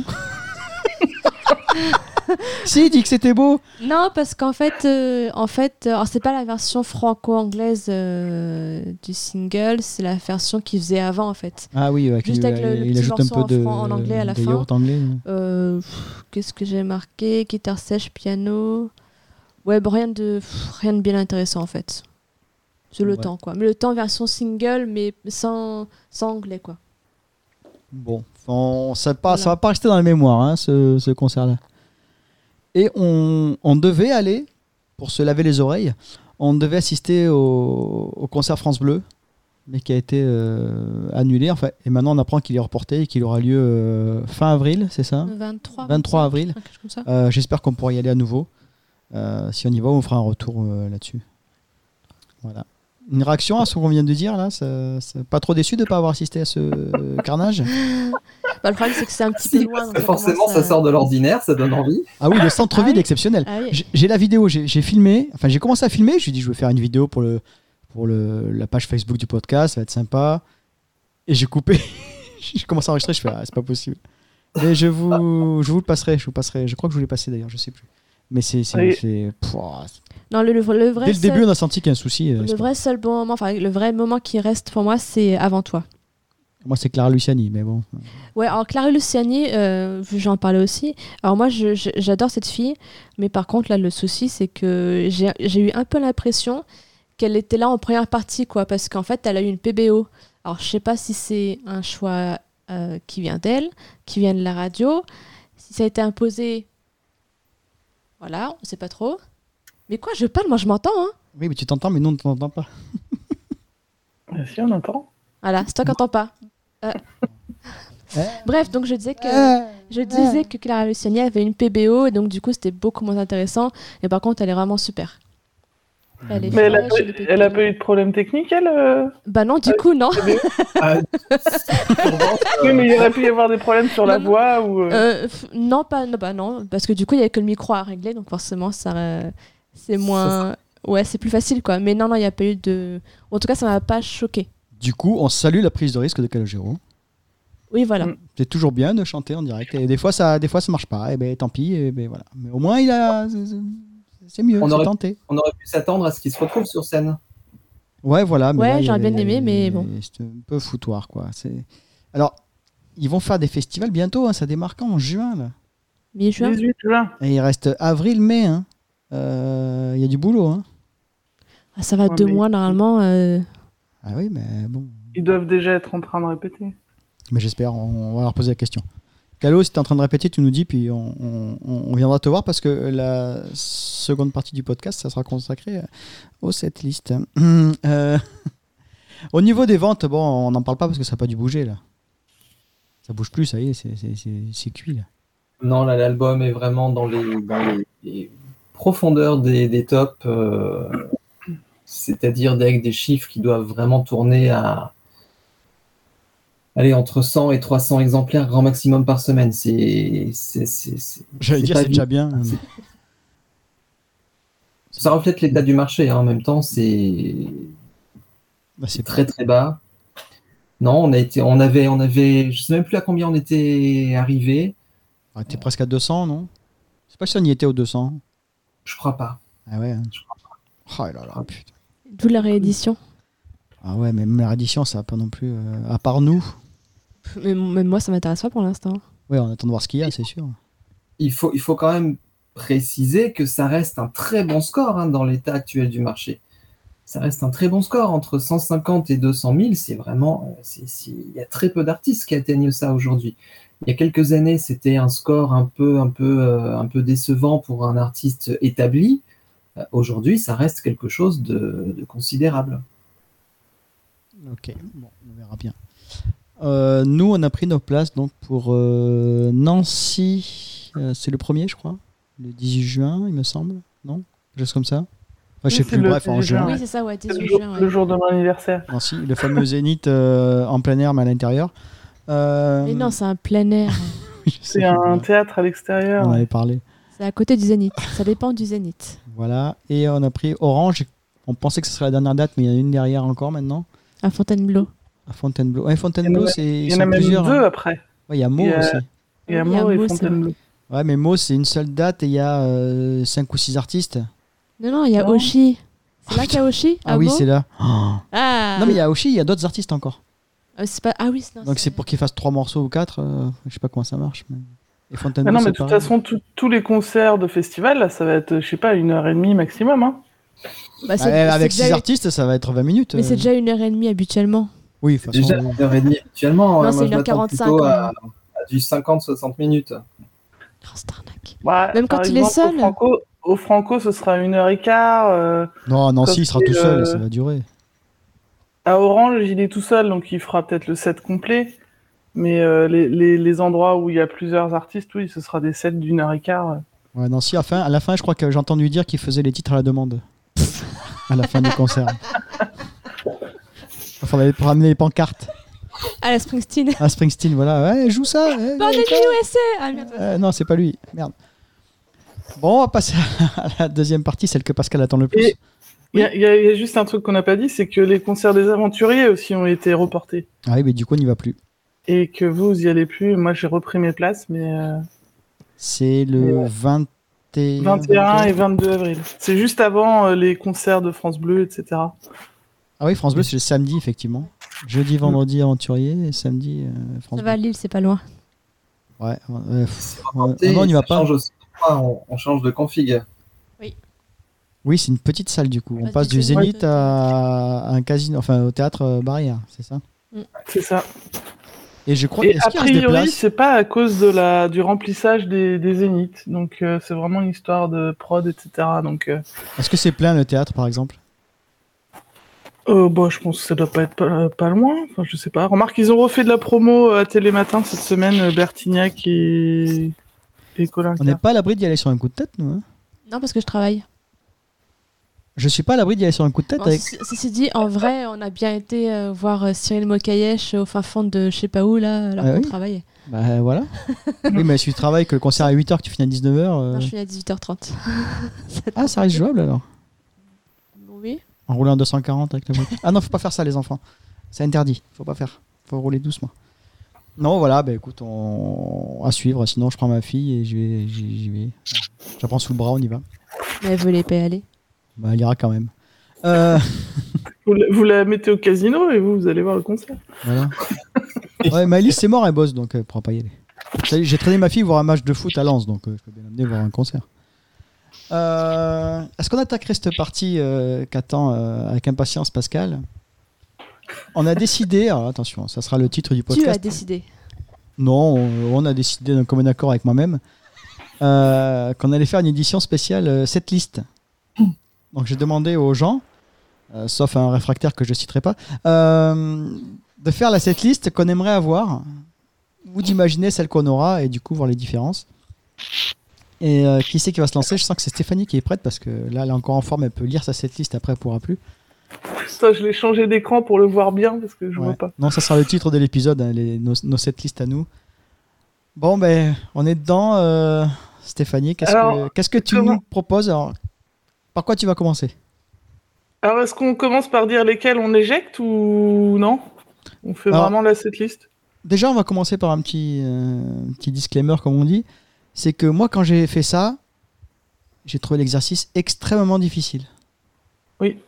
Si, il dit que c'était beau. Non, parce qu'en fait, euh, en fait, euh, alors c'est pas la version franco-anglaise euh, du single, c'est la version qu'il faisait avant en fait. Ah oui, ouais, Juste il, avec le- le il petit ajoute un morceau peu en de, fran- en anglais à la de fin. yaourt anglais. Euh, pff, Qu'est-ce que j'ai marqué? Guitare sèche, piano. Ouais, bon, rien de pff, rien de bien intéressant en fait. C'est Le Ouais. Temps quoi. Mais Le Temps version single, mais sans sans anglais quoi. Bon, on, ça, pas, Voilà. ça va pas rester dans la mémoire, hein, ce, ce concert-là. Et on, on devait aller, pour se laver les oreilles, on devait assister au, au concert France Bleu, mais qui a été euh, annulé. Enfin, et maintenant, on apprend qu'il est reporté et qu'il aura lieu euh, fin avril, c'est ça? vingt-trois, vingt-trois vingt-cinq, avril. quelque chose comme ça. Euh, J'espère qu'on pourra y aller à nouveau. Euh, si on y va, on fera un retour euh, là-dessus. Voilà. Une réaction à ce qu'on vient de dire là, ça, ça- pas trop déçu de ne pas avoir assisté à ce euh, carnage? Bah, le problème c'est que c'est un petit Si, peu loin. parce donc que ça forcément, commence ça à- sort de l'ordinaire, ça donne envie. Ah oui, le centre-ville Ah oui. est exceptionnel. Ah oui. J'ai j'ai la vidéo, j'ai j'ai filmé, enfin j'ai commencé à filmer, je me suis dit je vais faire une vidéo pour, le, pour le, la page Facebook du podcast, ça va être sympa. Et j'ai coupé, j'ai commencé à enregistrer, je fais ah, c'est pas possible. Mais je vous, je vous le passerai, je vous passerai, je crois que je vous l'ai passé d'ailleurs, je sais plus. Mais c'est... c'est- Oui. c'est- pouah, c'est- Non, le, le, le vrai Dès le seul- début on a senti qu'il y a un souci. euh, Le c'est vrai seul bon moment, enfin le vrai moment qui reste pour moi, c'est Avant toi. pas- Moi c'est Clara Luciani, mais bon. Ouais, alors Clara Luciani, euh, vu que j'en parlais aussi. Alors moi, je- je- j'adore cette fille, mais par contre là, le souci, c'est que j'ai j'ai eu un peu l'impression qu'elle était là en première partie, quoi, parce qu'en fait, elle a eu une P B O. Alors je sais pas si c'est un choix euh, qui vient d'elle, qui vient de la radio, si ça a été imposé. Voilà, on sait pas trop. Mais quoi, je parle, moi je m'entends, hein. Oui, mais tu t'entends, mais nous on ne t'entend pas. Euh, Si on entend. Voilà, c'est toi qui n'entends pas. Euh. Euh. Bref, donc je disais que Euh, je disais que Clara Luciani avait une P B O et donc du coup c'était beaucoup moins intéressant. Et par contre, elle est vraiment super. Elle est Mais elle a, fraîche, pas- elle est pétille. elle a pas eu de problème technique, elle euh Bah non, du coup non. Ah, Oui, mais il aurait pu y avoir des problèmes sur la Non, non. voix ou. euh, Euh, f- non, pas, non, bah non, parce que du coup il y avait que le micro à régler, donc forcément ça, euh, c'est moins, ouais, c'est plus facile quoi. Mais non, non, il n'y a pas eu de, en tout cas ça m'a pas choqué. Du coup, on salue la prise de risque de Calogero. Oui, voilà. Mm. C'est toujours bien de chanter en direct. Et des fois, ça, des fois, ça marche pas. Et ben, tant pis. Et ben, voilà. Mais au moins, il a. c'est- c'est- c'est mieux, On c'est aurait- tenté. On aurait pu s'attendre à ce qu'ils se retrouvent sur scène. Ouais, voilà. mais Ouais, là, il y j'aurais bien avait- aimé, mais bon. C'est un peu foutoir, quoi. C'est... Alors, ils vont faire des festivals bientôt, hein, ça démarre quand en juin, là. Mi-juin. dix-huit juin. Et il reste avril-mai, hein. Euh, Il y a du boulot, hein. Ah, ça va Ouais, deux mais- mois normalement. euh, Ah oui, mais bon. Ils doivent déjà être en train de répéter. Mais j'espère, on, on va leur poser la question. Calo, si tu es en train de répéter, tu nous dis, puis on, on- on viendra te voir parce que la seconde partie du podcast, ça sera consacré au setlist. Euh, au niveau des ventes, bon, on n'en parle pas parce que ça n'a pas dû bouger, là. Ça bouge plus, ça y est, c'est, c'est, c'est, c'est cuit, là. Non, là, l'album est vraiment dans les, dans les, les profondeurs des, des tops, euh, c'est-à-dire avec des chiffres qui doivent vraiment tourner à allez, entre cent et trois cents exemplaires grand maximum par semaine. C'est, c'est, c'est, c'est- J'allais c'est dire, pas c'est déjà vite. bien. C'est- Ça reflète l'état du marché, hein. En même temps, c'est Bah, c'est c'est très très bas. Non, on a été, on avait, on avait, je sais même plus à combien on était arrivé. On était presque à deux cents, non? C'est pas si on y était aux deux cents. Je crois pas. Ah ouais. hein. Oh là là, putain. D'où la réédition. Ah ouais, mais même la réédition, ça va pas non plus. euh, à part nous. Mais même moi, ça m'intéresse pas pour l'instant. Ouais, on attend de voir ce qu'il y a, c'est sûr. Il faut, il faut quand même préciser que ça reste un très bon score, hein, dans l'état actuel du marché. Ça reste un très bon score. Entre cent cinquante et deux cent mille, c'est vraiment. euh, c'est- c'est- Il y a très peu d'artistes qui atteignent ça aujourd'hui. Il y a quelques années, c'était un score un peu, un peu, euh, un peu décevant pour un artiste établi. Euh, Aujourd'hui, ça reste quelque chose de, de considérable. Ok, bon, on verra bien. Euh, nous, on a pris nos places donc pour euh, Nancy. Euh, c'est le premier, je crois. Le dix-huit juin, il me semble. Non? Quelque chose comme ça. Enfin, je Oui, sais c'est plus, le bref, en dix-huit juin. juin. Oui, c'est ça, ouais, C'est le dix-huit jour, juin. ouais. le jour de mon anniversaire. Nancy, le fameux Zénith euh, en plein air, mais à l'intérieur. Euh, Mais non, c'est un plein air. je sais C'est plus, un ouais. théâtre à l'extérieur. On en avait parlé. C'est à côté du Zénith. Ça dépend du Zénith. Voilà. Et on a pris Orange. On pensait que ce serait la dernière date, mais il y en a une derrière encore maintenant. À Fontainebleau. À Fontainebleau. Ouais, Il y en Fontainebleau, a- c'est. Il ils y en sont a même plusieurs, deux hein. après. Ouais, il y a Meaux Il y a- aussi. Il y a Oui, il y a Meaux et Meaux, c'est Fontainebleau. Ouais, mais Meaux, c'est une seule date et il y a euh, cinq ou six artistes. Non, non, il y a Non. Oshi. C'est là qu'il y a Oshi Ah à oui, Meaux c'est là. Oh. Ah Non, mais il y a Oshi, il y a d'autres artistes encore. Euh, c'est pas... Ah oui, non, Donc c'est pour qu'ils fassent trois morceaux ou quatre. euh, je sais pas comment ça marche. Mais... Et Ah Fontainebleau, non, mais c'est de toute pareil. façon, tout- tous les concerts de festival, là, ça va être, je sais pas, une heure et demie maximum. Hein. Bah, c'est- Ouais, c'est avec déjà six une- artistes, ça va être vingt minutes. Mais euh. c'est déjà une heure et demie habituellement. Oui, de toute façon, Déjà oui. une heure et demie actuellement. Non, hein. c'est Moi, une je heure m'attends quarante-cinq, plutôt quand à, à du cinquante à soixante minutes. Grosse arnaque. Ouais, Même par quand il est exemple, seul. Au Franco, au Franco, ce sera une heure et quart. euh, Non, Nancy, Comme il sera c'est, tout seul, euh, ça va durer. À Orange, il est tout seul, donc il fera peut-être le set complet. Mais euh, les, les, les endroits où il y a plusieurs artistes, oui, ce sera des sets d'une heure et quart. ouais. Ouais, Nancy, à, fin, à la fin, je crois que j'ai entendu dire qu'il faisait les titres à la demande. À la fin du concert. Il faudrait pour ramener les pancartes. Ah, la Springsteen. Ah, Springsteen, voilà. Ouais, joue ça. ouais, Bordel ouais, du U S A Ah merde. Euh, non, c'est pas lui. Merde. Bon, on va passer à la deuxième partie, celle que Pascal attend le plus. Et- Il y, a- il y a- il y a juste un truc qu'on n'a pas dit, c'est que les concerts des aventuriers aussi ont été reportés. Ah oui, mais du coup, on n'y va plus. Et que vous, vous y allez plus. Moi, j'ai repris mes places, mais euh, C'est le vingt et un, vingt et un et vingt-deux avril. C'est juste avant euh, les concerts de France Bleu, et cetera. Ah oui, France Bleu, c'est le samedi, effectivement. Jeudi, vendredi, aventurier, et samedi, euh, France Ça va à Bleu. Lille, c'est pas loin. Ouais, ouais, pff, C'est ouais, reporté, non, on n'y va ça pas. change aussi. On, on change de config. Oui, c'est une petite salle, du coup. On Passe passe du du Zénith Zénith à un casino, enfin au théâtre euh, Barrière, c'est ça? C'est ça. Et je crois Et est-ce a qu'il reste des priori, places? c'est pas à cause de la, du remplissage des, des zéniths. Donc, euh, c'est vraiment une histoire de prod, et cetera. Donc, euh, Est-ce que c'est plein le théâtre, par exemple? euh, bah, je pense que ça doit pas être pas, pas loin. Enfin, je sais pas. Remarque, ils ont refait de la promo à Télématin cette semaine, euh, Bertignac et, et Colin On n'est Kerr. pas à l'abri d'y aller sur un coup de tête, nous. Hein, Non, parce que je travaille. je suis pas à l'abri d'y aller sur un coup de tête Bon, avec. ceci- Ceci dit, en vrai, on a bien été euh, voir euh, Cyril Mokayesh au fin fond de je sais pas où, là, alors Ah qu'on oui travaillait. Bah voilà. Oui, mais si tu travailles, que le concert est à huit heures, que tu finis à dix-neuf heures. euh, Non, je finis à dix-huit heures trente. Ah, ça reste jouable alors. Oui. En roulant en deux cent quarante avec la voiture. Ah non, faut pas faire ça, les enfants. C'est interdit. Faut pas faire. Faut rouler doucement. Non, voilà, bah écoute, on... à suivre. Sinon, je prends ma fille et j'y vais. J'y j'y vais. J'apprends sous le bras, on y va. Mais elle voulait pas y aller. Bah, elle ira quand même. Euh, Vous la, vous la mettez au casino et vous, vous allez voir le concert. voilà. Ouais, Maëlys, c'est mort, elle bosse, donc elle pourra pas y aller. Ça y est, j'ai traîné ma fille voir un match de foot à Lens, donc euh, je peux bien l'amener voir un concert. Euh, est-ce qu'on attaquerait cette partie euh, qu'attend euh, avec impatience Pascal? On a décidé, alors attention, ça sera le titre du podcast. Tu as décidé. Non, on, on a décidé d'un commun accord avec moi-même euh, qu'on allait faire une édition spéciale euh, cette liste. Donc j'ai demandé aux gens, euh, sauf un réfractaire que je ne citerai pas, euh, de faire la setlist qu'on aimerait avoir, ou d'imaginer celle qu'on aura et du coup voir les différences. Et euh, qui c'est qui va se lancer? Je sens que c'est Stéphanie qui est prête parce que là elle est encore en forme, elle peut lire sa setlist, après elle pourra plus. Ça, je l'ai changé d'écran pour le voir bien parce que je Ouais. vois pas. Non, ça sera le titre de l'épisode, hein, les, nos, nos setlists à nous. Bon, ben, on est dedans. euh, Stéphanie, qu'est-ce Alors, que, qu'est-ce que tu comment- nous proposes? Alors, par quoi tu vas commencer? Alors, est-ce qu'on commence par dire lesquels on éjecte ou non? On fait Alors- vraiment la setlist? Déjà, on va commencer par un petit, euh, un petit disclaimer, comme on dit. C'est que moi, quand j'ai fait ça, j'ai trouvé l'exercice extrêmement difficile. Oui.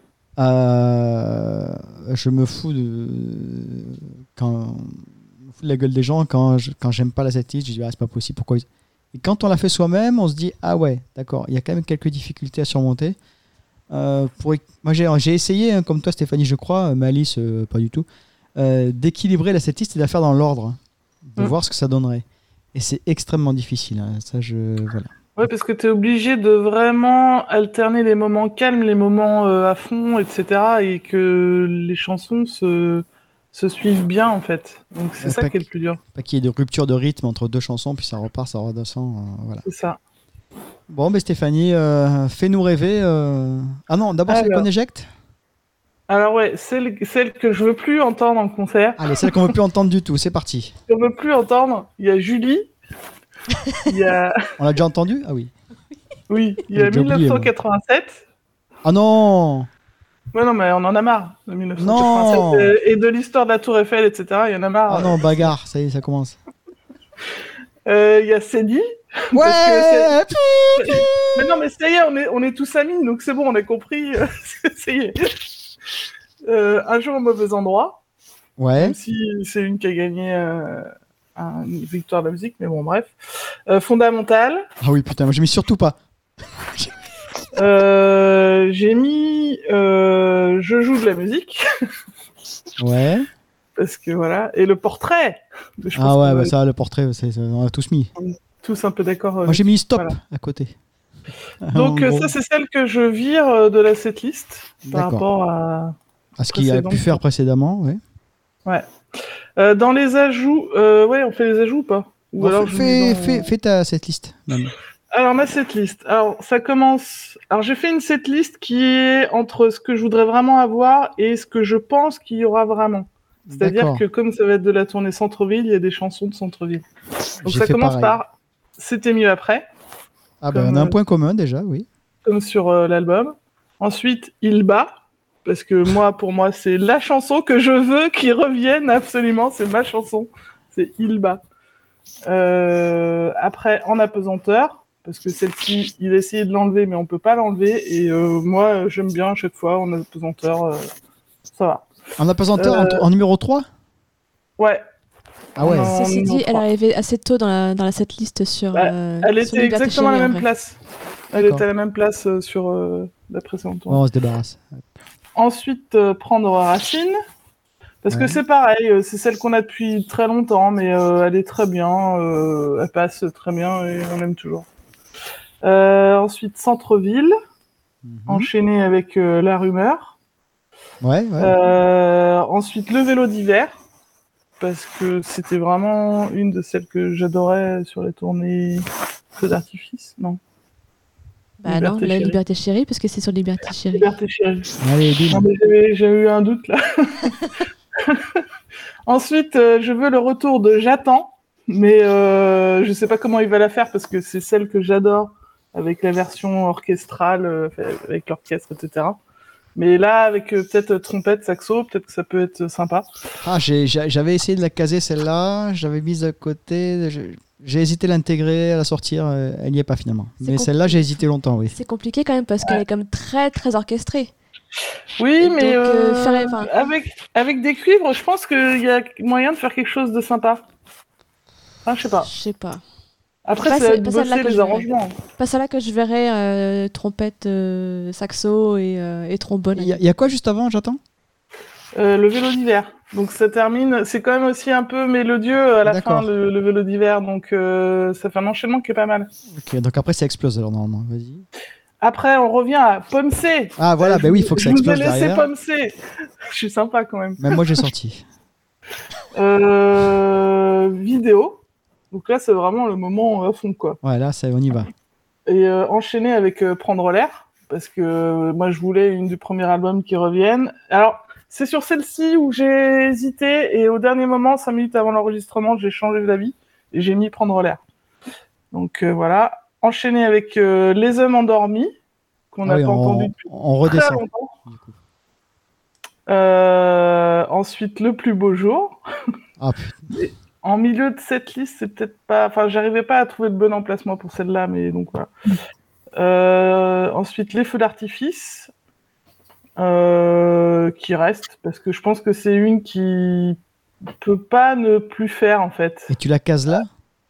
Euh, je me fous de quand je me fous de la gueule des gens quand je, quand j'aime pas la setlist, je dis ah, c'est pas possible, pourquoi ils- et quand on l'a fait soi-même, on se dit ah ouais, d'accord, il y a quand même quelques difficultés à surmonter. Euh, pour éc- moi j'ai, j'ai essayé hein, comme toi Stéphanie je crois, mais Alice euh, pas du tout, euh, d'équilibrer la setlist et de la faire dans l'ordre, hein, de Mm. voir ce que ça donnerait. Et c'est extrêmement difficile, hein, ça je voilà. Ouais, parce que t'es obligé de vraiment alterner les moments calmes, les moments euh, à fond, et cetera. Et que les chansons se, se suivent bien, en fait. Donc c'est Ouais, ça pas qui est le plus dur. Pas qu'il y ait de rupture de rythme entre deux chansons puis ça repart, ça redescend, euh, voilà. C'est ça. Bon, ben Stéphanie, euh, fais-nous rêver. euh. Ah non, d'abord celle Alors. qu'on éjecte. Alors ouais, celle, celle que je veux plus entendre en concert, Allez, celle qu'on veut plus entendre du tout, c'est parti. je veux plus entendre, il y a Julie, il y a... On l'a déjà entendu? Ah oui. Oui, il y J'ai a déjà oublié, mille neuf cent quatre-vingt-sept. Ah non! Ouais, non, mais on en a marre de mille neuf cent Non. quatre-vingt-sept euh, et de l'histoire de la Tour Eiffel, et cetera. Il y en a marre. Ah non, bagarre, ça y est, ça commence. Euh, Il y a Cédie. Ouais! Mais non, mais ça y est, on est, on est tous amis, donc c'est bon, on a compris. euh, ça y est. Euh, un jour au mauvais endroit, Ouais. même si c'est une qui a gagné euh, un- une victoire de la musique, mais bon, bref. Euh, Fondamental. Ah oui, putain, moi j'ai mis surtout pas. Euh, j'ai mis euh, Je joue de la musique, Ouais. parce que voilà. Et le portrait. Je pense Ah ouais, qu'on bah va ça, le portrait, c'est- c'est- on a tous mis. être tous un peu d'accord. euh, Moi j'ai mis stop voilà. à côté. Donc En euh, gros, ça, c'est celle que je vire euh, de la setlist par D'accord. rapport à... à ce qu'il a pu précédent. faire précédemment, ouais. Euh, dans les ajouts, euh, ouais, on fait les ajouts ou pas? Ou Bon, alors fais, je mets dans- fais, fais ta cette liste. même. Alors ma setlist. Alors ça commence. Alors j'ai fait une setlist qui est entre ce que je voudrais vraiment avoir et ce que je pense qu'il y aura vraiment. C'est-à-dire D'accord. que comme ça va être de la tournée centre-ville, il y a des chansons de centre-ville. Donc J'ai ça fait commence pareil. par C'était mieux après, Ah bah comme, on a un euh, point commun déjà, oui. comme sur euh, l'album. Ensuite Il bat. Parce que moi, pour moi, c'est la chanson que je veux qu'il revienne absolument. C'est ma chanson. C'est Il bat. Euh, après, En apesanteur. Parce que celle-ci, il a essayé de l'enlever, mais on peut pas l'enlever. Et euh, moi, j'aime bien à chaque fois En apesanteur. Euh, ça va. En apesanteur, Euh, en, en numéro trois? Ouais. Ah ouais. Non. Ceci numéro dit, elle trois. arrivait assez tôt dans la, dans la setlist sur. Bah, euh, Elle sur était Liberté exactement à la Chérie, en même vrai. place. Elle D'accord. était à la même place euh, sur euh, la précédente tournée. Ouais, on se débarrasse. Ensuite, euh, prendre Racine. Parce Ouais. que c'est pareil, euh, c'est celle qu'on a depuis très longtemps, mais euh, elle est très bien, euh, elle passe très bien et on l'aime toujours. Euh, ensuite, Centre-ville, Mhm. enchaîné avec euh, La Rumeur. Ouais, ouais. Euh, ensuite, Le Vélo d'hiver, parce que c'était vraiment une de celles que j'adorais sur les tournées Feux d'artifice, non Bah Liberté non, la Chérie. Liberté Chérie, parce que c'est sur Liberté Chérie. Liberté chérie. Allez, bim. Non, mais j'avais- j'ai eu un doute là. Ensuite, euh, je veux le retour de J'attends, mais euh, je sais pas comment il va la faire parce que c'est celle que j'adore avec la version orchestrale, euh, avec l'orchestre, et cetera. Mais là, avec euh, peut-être trompette, saxo, peut-être que ça peut être sympa. Ah, j'ai- j'ai- j'avais essayé de la caser celle-là, j'avais mise à côté. je- J'ai hésité à l'intégrer, à la sortir, euh, elle n'y est pas finalement. C'est Mais compli- celle-là, j'ai hésité longtemps, oui. C'est compliqué quand même parce qu'elle est quand même très très orchestrée. Oui, Et mais donc, euh, euh, faire- enfin- avec, avec des cuivres, je pense qu'il y a moyen de faire quelque chose de sympa. Enfin, je sais pas. Je sais pas. Après, Pas c'est ce- de pas celle-là bosser que les je verrais. arrangements. Pas celle-là que je verrais euh, trompette, euh, saxo et, euh, et trombone. Il y, a- il y a quoi juste avant, j'attends Euh, le vélo d'hiver. Donc ça termine, c'est quand même aussi un peu mélodieux à la D'accord. fin, le, le vélo d'hiver. Donc euh, ça fait un enchaînement qui est pas mal. Ok, donc après ça explose alors normalement, vas-y. Après, on revient à Pomme C. Ah voilà, Euh, bah oui, il faut que ça je vous ai explose laissé derrière. Pomme C. Je suis sympa quand même. Même moi j'ai sorti. Euh, vidéo. Donc là, c'est vraiment le moment à fond, quoi. Ouais, là, ça, on y va. Et euh, enchaîner avec euh, Prendre l'air, parce que euh, moi, je voulais une du premier album qui revienne. Alors, c'est sur celle-ci où j'ai hésité, et au dernier moment, cinq minutes avant l'enregistrement, j'ai changé d'avis, et j'ai mis Prendre l'air. Donc euh, voilà. Enchaîner avec euh, Les hommes endormis, qu'on n'a Ah oui, pas on, entendu depuis on très redescend. longtemps. Euh, ensuite, Le plus beau jour. Ah putain. En milieu de cette liste, c'est peut-être pas. Enfin, j'arrivais pas à trouver de bon emplacement pour celle-là, mais donc voilà. Euh, ensuite, Les feux d'artifice, euh, qui reste, parce que je pense que c'est une qui peut pas ne plus faire, en fait. Et tu la cases là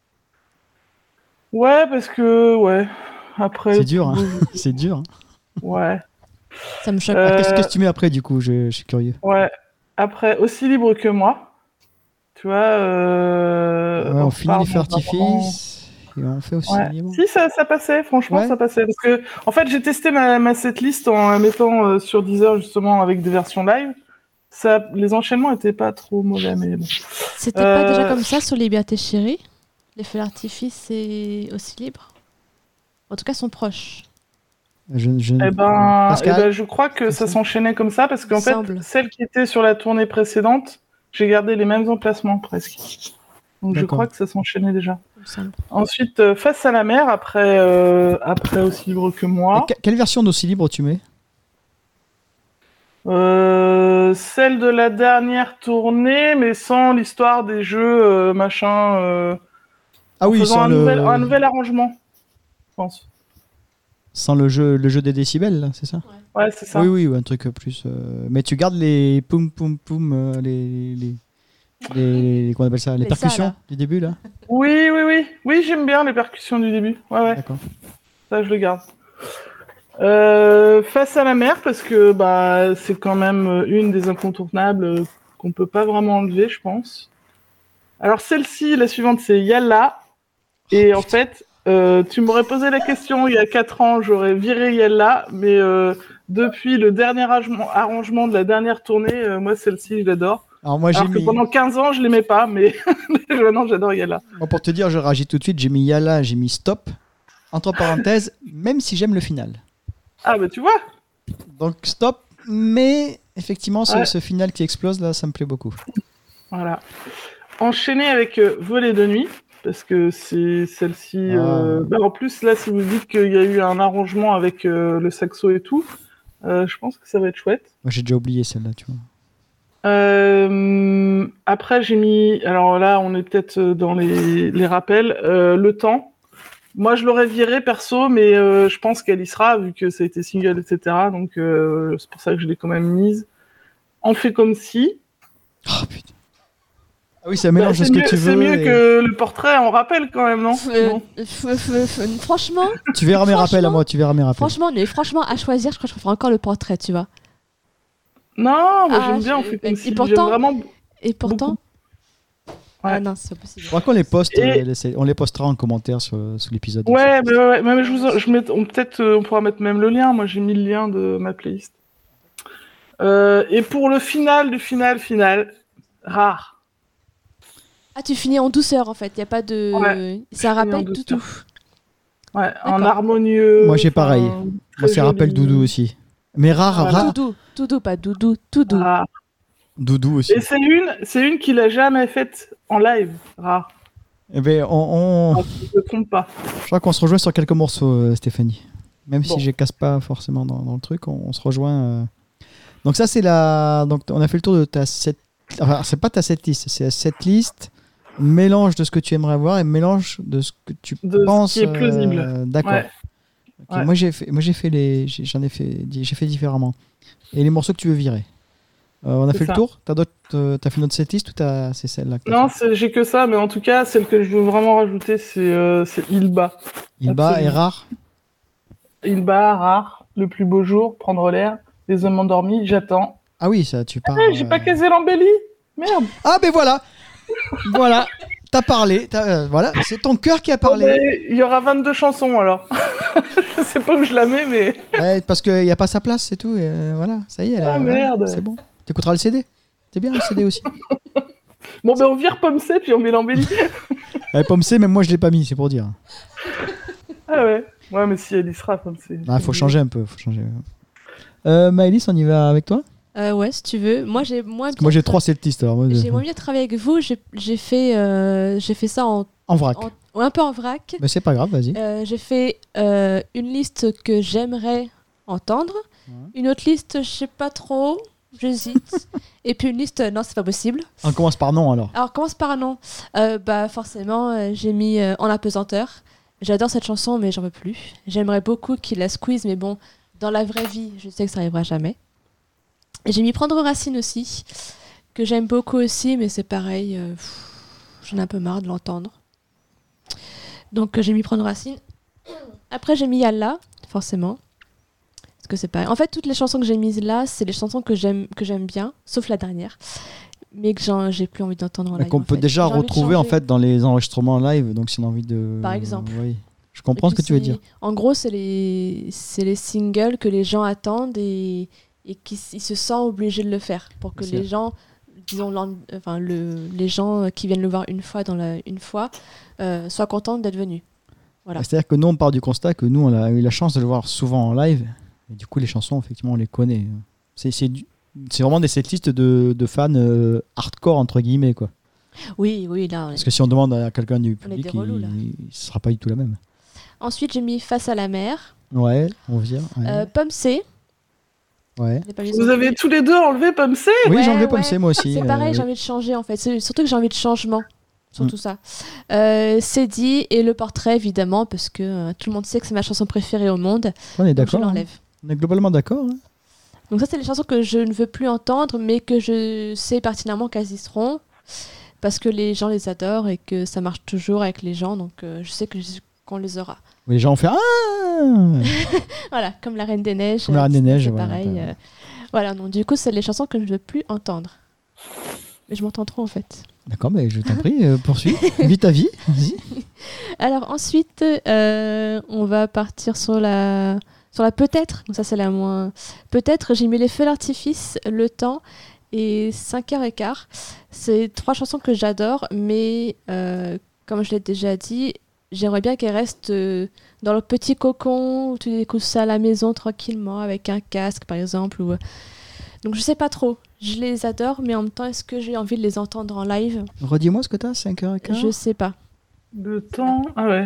Ouais, parce que, ouais. Après. C'est dur, hein. C'est dur. Hein. Ouais. Ça me choque. Euh, Ah, qu'est-ce, qu'est-ce que tu mets après du coup je, je suis curieux. Ouais. Après, Aussi libre que moi. Tu vois. Euh, Ouais, on on finit parle les feux d'un d'artifice et on fait aussi Ouais. libre. Si, ça, ça passait, franchement, Ouais. ça passait. Parce que, en fait, j'ai testé ma, ma setlist en la mettant euh, sur Deezer, justement, avec des versions live. Ça, les enchaînements étaient pas trop mauvais, mais bon. C'était pas Euh, déjà comme ça sur Liberté Chérie? Les feux d'artifice et aussi libre? En tout cas, sont proches. Je, je... Eh ben, eh Pascal ben, je crois que ça s'enchaînait comme ça, parce qu'en Il fait, semble. celle qui était sur la tournée précédente, j'ai gardé les mêmes emplacements, presque. Donc, je D'accord. crois que ça s'enchaînait déjà. il me semble. Ensuite, euh, Face à la mer, après, euh, après Aussi libre que moi. Et que- quelle version d'Aussi libre tu mets Euh, celle de la dernière tournée, mais sans l'histoire des jeux, euh, machin. Euh, Ah en oui, faisant sans un, le... nouvel, un nouvel arrangement, je pense. sans le jeu, le jeu des décibels, là, c'est ça Ouais, c'est ça. Oui, oui, ou un truc plus. euh, Mais tu gardes les poum poum poum, euh, les, les, les, qu'on appelle ça, les, Les ça, percussions là. du début là. Oui, oui, oui. Oui, j'aime bien les percussions du début. Ouais, ouais, D'accord. ça, je le garde. Euh, Face à la mer, parce que bah, c'est quand même une des incontournables euh, qu'on peut pas vraiment enlever, je pense. Alors, celle-ci, la suivante, c'est Yalla. Et en fait, euh, tu m'aurais posé la question il y a quatre ans, j'aurais viré Yalla, mais euh, depuis le dernier arrangement, arrangement de la dernière tournée, euh, moi, celle-ci, je l'adore. Alors moi j'ai Alors que mis. pendant quinze ans, je l'aimais pas, mais maintenant, j'adore Yalla. Moi, pour te dire, je réagis tout de suite. J'ai mis Yalla, j'ai mis stop. Entre parenthèses, même si j'aime le final. Ah, bah tu vois. Donc stop, mais effectivement, ce, Ouais. ce final qui explose là, ça me plaît beaucoup. Voilà. Enchaîner avec euh, Voler de nuit, parce que c'est celle-ci. euh, Ah. bah, en plus, là, si vous dites qu'il y a eu un arrangement avec euh, le saxo et tout, euh, je pense que ça va être chouette. Moi j'ai déjà oublié celle-là, tu vois. Euh, après, j'ai mis. Alors là, on est peut-être dans les, les rappels. Euh, le temps. Moi, je l'aurais viré perso, mais euh, je pense qu'elle y sera, vu que ça a été single, et cetera. Donc, euh, c'est pour ça que je l'ai quand même mise. On fait comme si. Oh putain. Ah oui, ça Bah, mélange de c'est ce que mieux, tu veux. c'est mieux et- que le portrait, on rappelle quand même, non, Euh, Non. f- f- f- Franchement, Tu verras mes rappels à franchement- moi, tu verras mes rappels. franchement, mais franchement, à choisir, je crois que je préfère encore le portrait, tu vois. Non, moi Ah, j'aime bien, on je- fait et- comme et si. pourtant- J'aime vraiment. Et pourtant. Ouais. Ah non, c'est pas possible. Faudra qu'on les poste, Et- euh, les- on les postera en commentaire sur, sous l'épisode. Ouais, mais ouais, ouais, mais je vous, je mets, on peut-être, euh, on pourra mettre même le lien. Moi, j'ai mis le lien de ma playlist. Euh, et pour le final du final final, rare. Ah, tu finis en douceur en fait, il y a pas de. Ouais, Ça en rappelle tout douceur. tout. Ouais, en D'accord. harmonieux. Moi, j'ai pareil. enfin, Moi, très ça rappelle joli. Doudou aussi. Mais rare, Voilà. rare. Doudou, Doudou, pas Doudou, Doudou. Rare. Doudou aussi. Et c'est une, c'est une qu'il a jamais faite en live, rare. Eh ben, on, on- Donc, je ne me trompe pas. je crois qu'on se rejoint sur quelques morceaux, euh, Stéphanie. Même Bon. si je casse pas forcément dans, dans le truc, on, on se rejoint. euh. Donc ça, c'est la. Donc on a fait le tour de ta set. Enfin, c'est pas ta setlist, c'est la setlist mélange de ce que tu aimerais avoir et mélange de ce que tu De ce penses. qui est plausible. euh, D'accord. Ouais. Ok, Ouais. Moi j'ai fait, moi j'ai fait les, j'ai- j'en ai fait, j'ai fait différemment. Et les morceaux que tu veux virer. Euh, on a C'est fait ça. le tour. T'as d'autres, euh, t'as fait notre setlist ou t'as, c'est celle-là que t'as Non, fait c'est- j'ai que ça, mais en tout cas, celle que je veux vraiment rajouter, c'est euh, c'est Ilba. Ilba est absolument. rare. Ilba, rare, le plus beau jour, prendre l'air, les hommes endormis, j'attends. Ah oui, ça tu parles. Eh, j'ai euh, pas casé l'embellie. Merde. Ah ben voilà, voilà. T'as parlé. t'as- euh, voilà, c'est ton cœur qui a Bon, parlé. ben, il y aura vingt-deux chansons alors. Je sais pas où je la mets, mais. Ouais, parce qu'il n'y a pas sa place, c'est tout. Et euh, voilà, ça y est. là, Ah, voilà, merde. c'est bon. T'écouteras le C D. C'est bien le C D aussi. Bon, ben on vire Pomme C puis on met l'embellie. Ouais, Pomme C, même moi je l'ai pas mis, c'est pour dire. Ah ouais. Ouais, mais si elle y sera, Pomme C. Ah, faut changer un peu, faut changer. Euh, Maëlys, on y va avec toi? Euh, ouais, si tu veux. Moi, j'ai moins. Parce que moi j'ai trois setlists. Alors moi, J'ai je- moins bien travaillé avec vous. J'ai j'ai fait, euh, j'ai fait ça en, En vrac. en- ouais, un peu en vrac. Mais c'est pas grave, vas-y. Euh, j'ai fait euh, une liste que j'aimerais entendre, une autre liste, je sais pas trop, j'hésite, et puis une liste, non, c'est pas possible. On commence par non alors. Alors, commence par un nom. Euh, bah, forcément, euh, j'ai mis euh, En apesanteur. J'adore cette chanson, mais j'en veux plus. J'aimerais beaucoup qu'il la squeeze, mais bon, dans la vraie vie, je sais que ça arrivera jamais. Et j'ai mis Prendre racine aussi, que j'aime beaucoup aussi, mais c'est pareil, euh, pff, j'en ai un peu marre de l'entendre. Donc euh, j'ai mis Prendre racine. Après j'ai mis Allah, forcément. Parce que c'est pareil. En fait, toutes les chansons que j'ai mises là, c'est les chansons que j'aime que j'aime bien, sauf la dernière. Mais que j'en- j'ai plus envie d'entendre en Mais live. qu'on en peut fait. déjà J'ai envie de retrouver en changer. fait dans les enregistrements en live. Donc si on a envie de. Par exemple. Oui. Je comprends Et ce que puis tu veux c'est- dire. En gros, c'est les, c'est les singles que les gens attendent et, et qui s- ils se sentent obligés de le faire pour que C'est les vrai. gens, disons, l'en- enfin, le, les gens qui viennent le voir une fois, dans la, une fois euh, soient contents d'être venus. Voilà. C'est-à-dire que nous on part du constat que nous on a eu la chance de le voir souvent en live. Et du coup les chansons effectivement on les connaît. C'est, c'est, du- c'est vraiment des setlists de, de fans euh, hardcore entre guillemets quoi. Oui, oui, là. on est- Parce que si on demande à quelqu'un du On est public, des relous, il, là. il sera pas du tout la même. Ensuite, j'ai mis Face à la mer. Ouais, on vient. Ouais. Euh, Pomme C. ouais. Je l'ai pas mis Vous non avez plus. tous les deux enlevé Pomme C. Oui, Ouais, j'en veux Pomme ouais. C moi aussi. C'est pareil, euh, j'ai envie de changer en fait. C'est- Surtout que j'ai envie de changement sur Mm. tout ça. Euh, c'est dit, et le portrait évidemment, parce que euh, tout le monde sait que c'est ma chanson préférée au monde. On est Donc d'accord. je hein. l'enlève. On est globalement d'accord. hein. Donc ça, c'est les chansons que je ne veux plus entendre, mais que je sais pertinemment qu'elles y seront, parce que les gens les adorent et que ça marche toujours avec les gens, donc euh, je sais que je- qu'on les aura. Les gens ont fait ah. Voilà, comme La Reine des Neiges. Comme La euh, Reine des c'est- Neiges, c'est voilà, pareil. bah. euh, voilà, donc du coup, c'est les chansons que je ne veux plus entendre. Mais je m'entends trop en fait. D'accord, mais je t'en prie, euh, poursuis. Vite ta vie. Vas-y. Alors ensuite, euh, on va partir sur la, sur la peut-être. Donc ça, c'est la moins. Peut-être, j'ai mis Les Feux d'artifice, Le Temps et cinq heures quinze. C'est trois chansons que j'adore, mais euh, comme je l'ai déjà dit, j'aimerais bien qu'elles restent euh, dans le petit cocon où tu écoutes ça à la maison tranquillement avec un casque par exemple. Ou... Donc je sais pas trop. Je les adore, mais en même temps, est-ce que j'ai envie de les entendre en live? Redis-moi ce que t'as, cinq heures quinze. Je sais pas. Le temps. Ah ouais.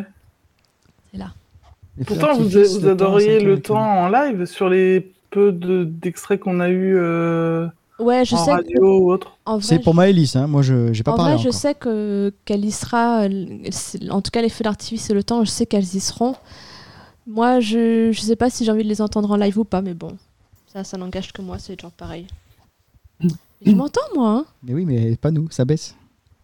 C'est là. Les feux Pourtant, vous, d'artifice, vous adoriez cinq heures le quinze. temps en live sur les peu de- d'extraits qu'on a eu euh, Ouais, je en sais. que- radio ou autre. En vrai, C'est pour je- Maëlys, hein. Moi je j'ai pas En parlé vrai, je encore. sais que qu'elle y sera. euh, c'est- En tout cas, les feux d'artifice et le temps, je sais qu'elles y seront. Moi, je je sais pas si j'ai envie de les entendre en live ou pas, mais bon, ça, ça n'engage que moi, c'est toujours pareil. Je m'entends, moi. Hein. Mais oui, mais pas nous, ça baisse.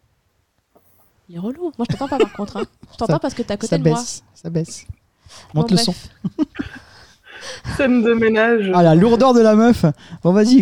Il est relou. Moi, je t'entends pas par contre. Hein. Je t'entends Ça- parce que t'es à côté Ça de moi. baisse, ça baisse. Bon, Monte le bref. son. Scène de ménage. Ah la lourdeur de la meuf. Bon vas-y.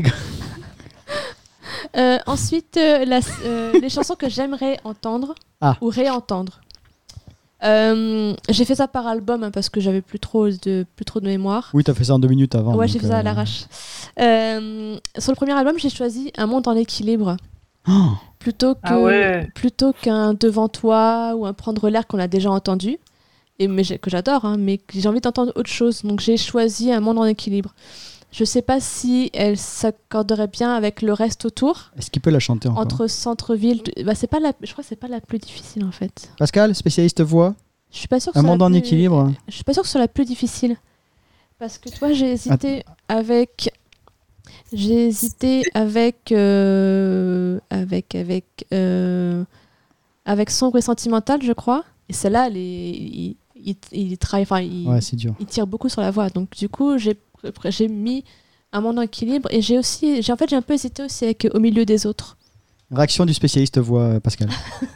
Euh, ensuite, euh, la- euh, les chansons que j'aimerais entendre Ah. ou réentendre. Euh, j'ai fait ça par album hein, parce que j'avais plus trop de plus trop de mémoire. Oui, t'as fait ça en deux minutes avant. Ouais, donc, j'ai fait ça à euh, l'arrache. Euh, sur le premier album, j'ai choisi Un monde en équilibre Oh, plutôt que Ah ouais. plutôt qu'un Devant toi ou un Prendre l'air qu'on a déjà entendu et mais j'ai- que j'adore, hein, mais que j'ai envie d'entendre autre chose. Donc j'ai choisi Un monde en équilibre. Je sais pas si elle s'accorderait bien avec le reste autour. est-ce qu'il peut la chanter encore Entre centre-ville, bah c'est pas la, je crois que c'est pas la plus difficile en fait. Pascal, spécialiste voix, Je suis pas sûre que un ce soit monde la en plus- équilibre. Je suis pas sûre que ce soit la plus difficile. Parce que toi, j'ai hésité avec. J'ai hésité avec. euh, Avec. Avec. euh, avec Sombre et Sentimental, je crois. Et celle-là, elle est, il, il, il travaille, enfin, il, Ouais, c'est dur. il tire beaucoup sur la voix. Donc du coup, j'ai, j'ai mis Un monde en équilibre. Et j'ai aussi, j'ai, en fait, j'ai un peu hésité aussi avec Au milieu des autres. Réaction du spécialiste voix, Pascal.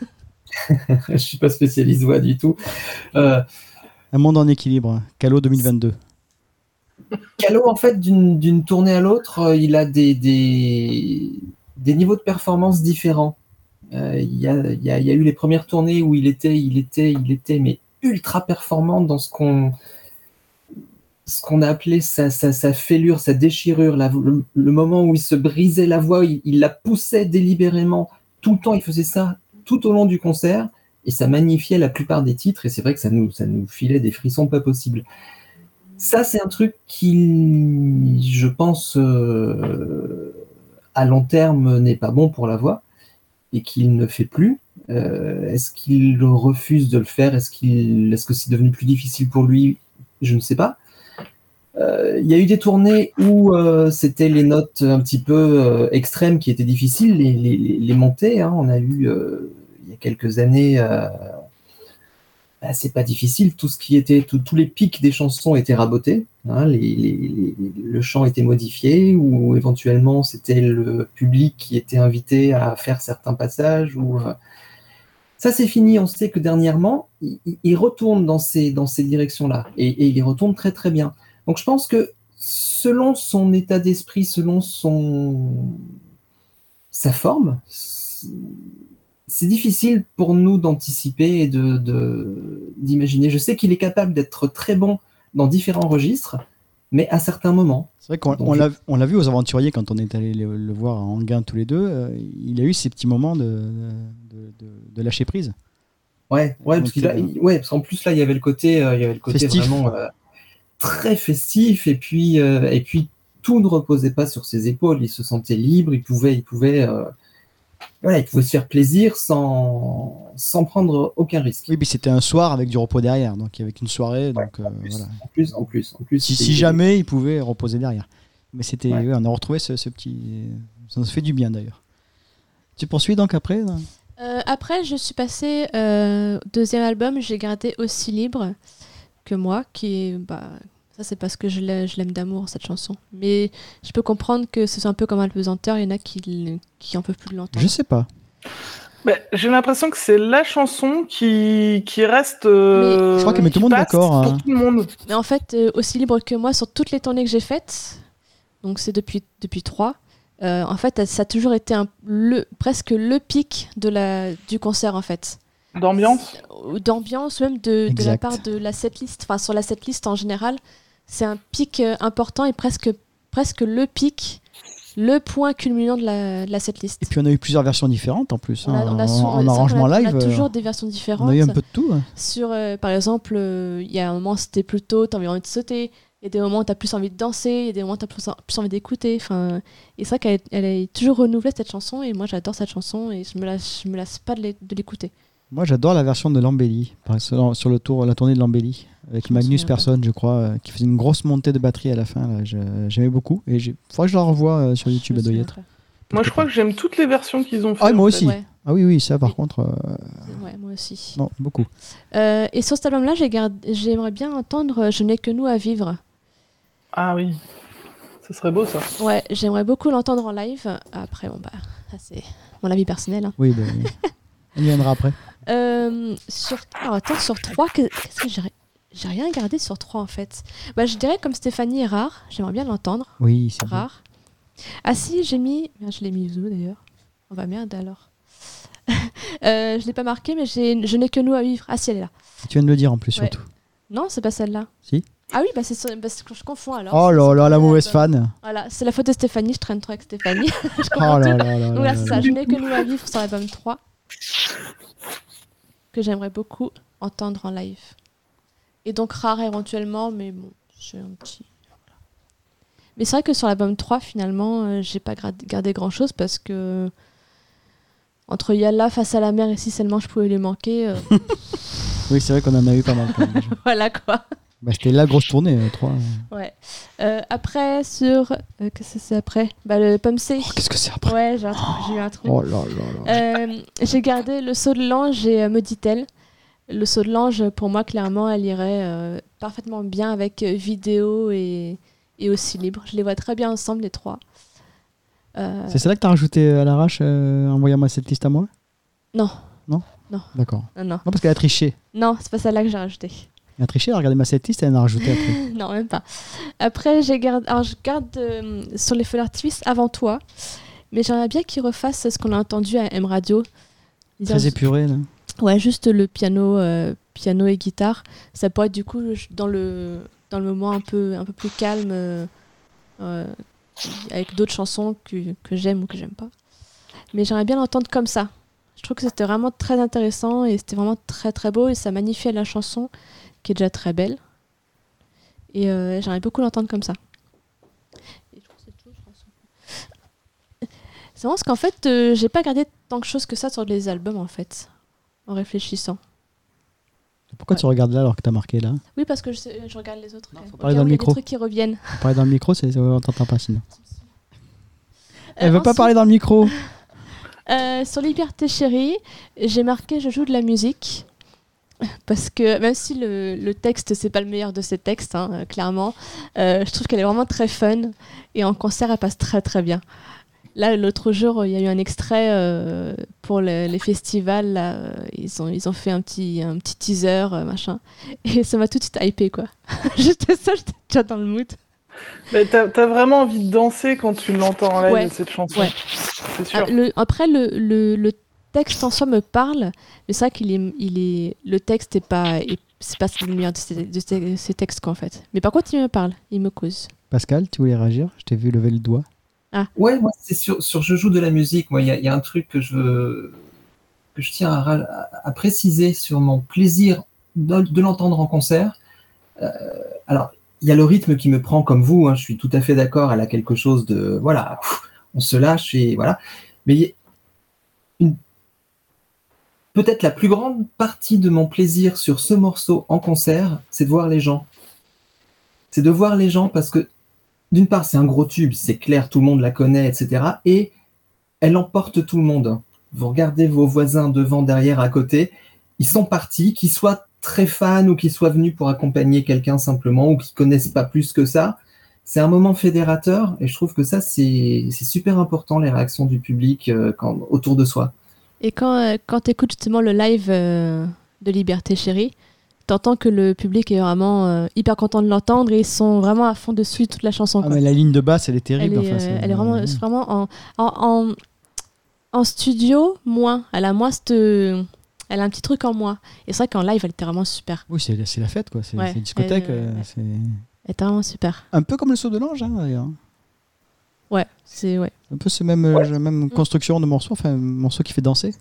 Je suis pas spécialiste voix du tout. Euh, Un monde en équilibre, Calo deux mille vingt-deux. Calo, en fait, d'une, d'une tournée à l'autre, euh, il a des, des, des niveaux de performance différents. Euh, Il y, a, il y, a, il y a eu les premières tournées où il était, il était, il était mais ultra performant dans ce qu'on, ce qu'on a appelé sa, sa, sa fêlure, sa déchirure, la, le, le moment où il se brisait la voix, il, il la poussait délibérément. Tout le temps, il faisait ça tout au long du concert et ça magnifiait la plupart des titres. Et c'est vrai que ça nous, ça nous filait des frissons pas possibles. Ça, c'est un truc qui, je pense, euh, à long terme, n'est pas bon pour la voix et qu'il ne fait plus. Euh, est-ce qu'il refuse de le faire ? Est-ce qu'il, est-ce que c'est devenu plus difficile pour lui ? Je ne sais pas. Euh, il y a eu des tournées où euh, c'était les notes un petit peu euh, extrêmes qui étaient difficiles, les, les, les montées. Hein. On a eu, euh, il y a quelques années... Euh, Bah, c'est pas difficile, tout ce qui était, tout, tous les pics des chansons étaient rabotés, hein, les, les, les, le chant était modifié, ou éventuellement c'était le public qui était invité à faire certains passages. Ou, euh... Ça c'est fini, on sait que dernièrement, il, il retourne dans ces, dans ces directions-là, et, et il y retourne très très bien. Donc je pense que selon son état d'esprit, selon son... sa forme, c'est difficile pour nous d'anticiper et de, de, d'imaginer. Je sais qu'il est capable d'être très bon dans différents registres, mais à certains moments. C'est vrai qu'on on l'a, on l'a vu aux Aventuriers quand on est allé le, le voir à Enghien tous les deux. Euh, il a eu ces petits moments de, de, de, de lâcher prise. Ouais, ouais, parce, qu'il a, il, ouais, parce qu'en plus là, il y avait le côté, euh, il y avait le côté festif. Vraiment euh, très festif, et puis, euh, et puis tout ne reposait pas sur ses épaules. Il se sentait libre, il pouvait, il pouvait. Euh, Voilà, il pouvait se faire plaisir sans, sans prendre aucun risque. Oui, mais c'était un soir avec du repos derrière, donc il y avait qu'une soirée. Donc, ouais, en, euh, plus, voilà. en plus, en plus, en plus. Si, si jamais il pouvait reposer derrière. Mais c'était, ouais. Ouais, on a retrouvé ce, ce petit. Ça nous fait du bien d'ailleurs. Tu poursuis donc après euh, Après, je suis passée euh, au deuxième album, j'ai gardé Aussi libre que moi, qui est. Bah, ça, c'est parce que je, l'a, je l'aime d'amour, cette chanson. Mais je peux comprendre que ce soit un peu comme un pesanteur, il y en a qui, qui en peuvent plus de l'entendre. Je sais pas. Bah, j'ai l'impression que c'est la chanson qui, qui reste. Euh, mais, je crois qu'elle met tout le monde d'accord. Hein. Tout le monde. Mais en fait, euh, Aussi libre que moi, sur toutes les tournées que j'ai faites, donc c'est depuis, depuis trois, euh, en fait, ça a toujours été un, le, presque le pic de la, du concert, en fait. D'ambiance D'ambiance, même de, de la part de la setlist, enfin sur la setlist en général, c'est un pic euh, important et presque, presque le pic, le point culminant de la, de la setlist. Et puis on a eu plusieurs versions différentes en plus. On a, hein, on a en, sou- en arrangement on a, live. On a toujours euh, des versions différentes. On a eu un peu de tout. Hein. Sur, euh, par exemple, il euh, y a un moment c'était plus tôt, t'as envie de sauter. Il y a des moments où t'as plus envie de danser, il y a des moments où t'as plus, plus envie d'écouter. Enfin, et c'est vrai qu'elle elle est toujours renouvelée cette chanson, et moi j'adore cette chanson et je me lasse, je me lasse pas de, l'é- de l'écouter. Moi, j'adore la version de Lambelli, sur le tour, la tournée de Lambelli, avec Je Magnus Persson, je crois, euh, qui faisait une grosse montée de batterie à la fin. Là. Je, j'aimais beaucoup. Et il faudrait que je la revoie euh, sur YouTube à Doyette. Moi, je crois que j'aime toutes les versions qu'ils ont fait. Ah, moi aussi. Ouais. Ah oui, oui, ça, par oui. contre. Euh... Ouais, moi aussi. Non, beaucoup. Euh, et sur cet album-là, j'ai gardé, j'aimerais bien entendre Je n'ai que nous à vivre. Ah oui. Ce serait beau, ça. Ouais, j'aimerais beaucoup l'entendre en live. Après, bon, bah, ça, c'est mon avis personnel. Hein. Oui, bah, oui. On y viendra après. Euh, sur... Alors, attends, sur trois, que... qu'est-ce que j'ai... J'ai rien gardé sur trois, en fait. Bah, je dirais comme Stéphanie est rare. J'aimerais bien l'entendre. Oui, c'est rare. Beau. Ah si, j'ai mis... Je l'ai mis où, d'ailleurs ? On va merde, alors. euh, je l'ai pas marqué, mais j'ai... Je n'ai que nous à vivre. Ah si, elle est là. Tu viens de le dire, en plus, ouais. surtout. Non, c'est pas celle-là. Si. Ah oui, bah c'est, sur... bah, c'est... je confonds, alors. Oh là là, la mauvaise fan. Voilà, c'est la faute de Stéphanie. Je traîne trop avec Stéphanie. je oh là là là là. Donc là, c'est ça. là. Je n'ai que nous à vivre sur l'album trois. Que j'aimerais beaucoup entendre en live. Et donc rare éventuellement, mais bon, c'est un petit... Mais c'est vrai que sur l'album trois, finalement, euh, j'ai pas gra- gardé grand-chose parce que entre Yalla, Face à la mer et Si seulement je pouvais les manquer... Euh... oui, c'est vrai qu'on en a eu pas mal quand même. voilà quoi. Bah, c'était la grosse tournée, euh, trois. Ouais. Euh, après, sur. Euh, qu'est-ce que c'est après bah, le Pomme C. Oh, qu'est-ce que c'est après? Ouais, j'ai, un trou, j'ai eu un trou. Oh là là là. Euh, j'ai gardé le saut de l'ange et euh, me dit-elle. Le saut de l'ange, pour moi, clairement, elle irait euh, parfaitement bien avec euh, vidéo et, et aussi libre. Je les vois très bien ensemble, les trois. Euh, C'est celle-là que t'as rajouté à l'arrache euh, en envoyant moi cette liste à moi? Non. Non Non. D'accord. Non, non. Non, parce qu'elle a triché. Non, c'est pas celle-là que j'ai rajoutée. Elle a triché, elle a regardé ma setlist et elle en a rajouté après. Non, même pas. Après, j'ai garde... Alors, je garde euh, sur les feux d'artifice avant toi, mais j'aimerais bien qu'ils refassent ce qu'on a entendu à M Radio. Très Dire- épuré, là. Ouais, juste le piano, euh, piano et guitare. Ça pourrait être du coup dans le, dans le moment un peu, un peu plus calme, euh, euh, avec d'autres chansons que, que j'aime ou que j'aime pas. Mais j'aimerais bien l'entendre comme ça. Je trouve que c'était vraiment très intéressant et c'était vraiment très très beau et ça magnifiait la chanson qui est déjà très belle. Et euh, j'aimerais beaucoup l'entendre comme ça. Et je trouve que c'est tout, je pense. C'est vraiment parce qu'en fait, euh, j'ai pas gardé tant de choses que ça sur les albums en fait, en réfléchissant. Pourquoi Ouais. tu regardes là alors que t'as marqué là? Oui, parce que je, sais- je regarde les autres. Non, quand même. faut parler Au cas dans où le il y a micro. des trucs qui reviennent. Faut parler dans le micro, c'est... on t'entend pas sinon. Elle Euh, veut pas ensuite, parler dans le micro. euh, sur Liberté Chérie, j'ai marqué je joue de la musique. Parce que même si le, le texte, c'est pas le meilleur de ses textes, hein, euh, clairement, euh, je trouve qu'elle est vraiment très fun. Et en concert, elle passe très très bien. Là, l'autre jour, il y a eu un extrait euh, pour le- les festivals. Là, euh, ils, ont, ils ont fait un petit, un petit teaser, euh, machin. Et ça m'a tout de suite hypé, quoi. J'étais ça, j'étais déjà dans le mood. Mais t'as, t'as vraiment envie de danser quand tu l'entends en live, Ouais. cette chanson. Ouais. C'est sûr. Ah, le- après, le, le, le texte en soi me parle, mais c'est vrai qu'il est, il est, le texte est pas, est- c'est pas le meilleur de ces, de ces- ces textes, quoi, en fait. Mais par contre, il me parle, il me cause. Pascal, tu voulais réagir? Je t'ai vu lever le doigt. Ouais, moi, c'est sur, sur Je joue de la musique. Moi, il y, a- il y a un truc que je, que je tiens à, ra- à- à préciser sur mon plaisir de, de l'entendre en concert. Euh, alors, il y a le rythme qui me prend comme vous. Hein, je suis tout à fait d'accord. Elle a quelque chose de. Voilà, pff, on se lâche et voilà. Mais il y a une- peut-être la plus grande partie de mon plaisir sur ce morceau en concert, c'est de voir les gens. C'est de voir les gens parce que d'une part, c'est un gros tube, c'est clair, tout le monde la connaît, et cetera. Et elle emporte tout le monde. Vous regardez vos voisins devant, derrière, à côté, ils sont partis, qu'ils soient très fans ou qu'ils soient venus pour accompagner quelqu'un simplement ou qu'ils connaissent pas plus que ça. C'est un moment fédérateur et je trouve que ça, c'est c'est super important, les réactions du public euh, quand, autour de soi. Et quand, euh, quand tu écoutes justement le live euh, de Liberté Chérie, t'entends que le public est vraiment euh, hyper content de l'entendre et ils sont vraiment à fond dessus toute la chanson. Ah, quoi. mais la ligne de basse, elle est terrible. Elle est, enfin, euh, c'est- elle est vraiment, euh, c'est vraiment en, en, en, en studio, moins. Elle a moins cette, elle a un petit truc en moins. Et c'est vrai qu'en live, elle était vraiment super. Oui, c'est c'est la fête, quoi. C'est Ouais, c'est une discothèque. elle, euh, ouais. c'est Elle était vraiment super. un peu comme le saut de l'ange, hein, d'ailleurs. Ouais, c'est ouais. Un peu ce même, euh, Ouais. même construction de morceaux, enfin, un morceau qui fait danser.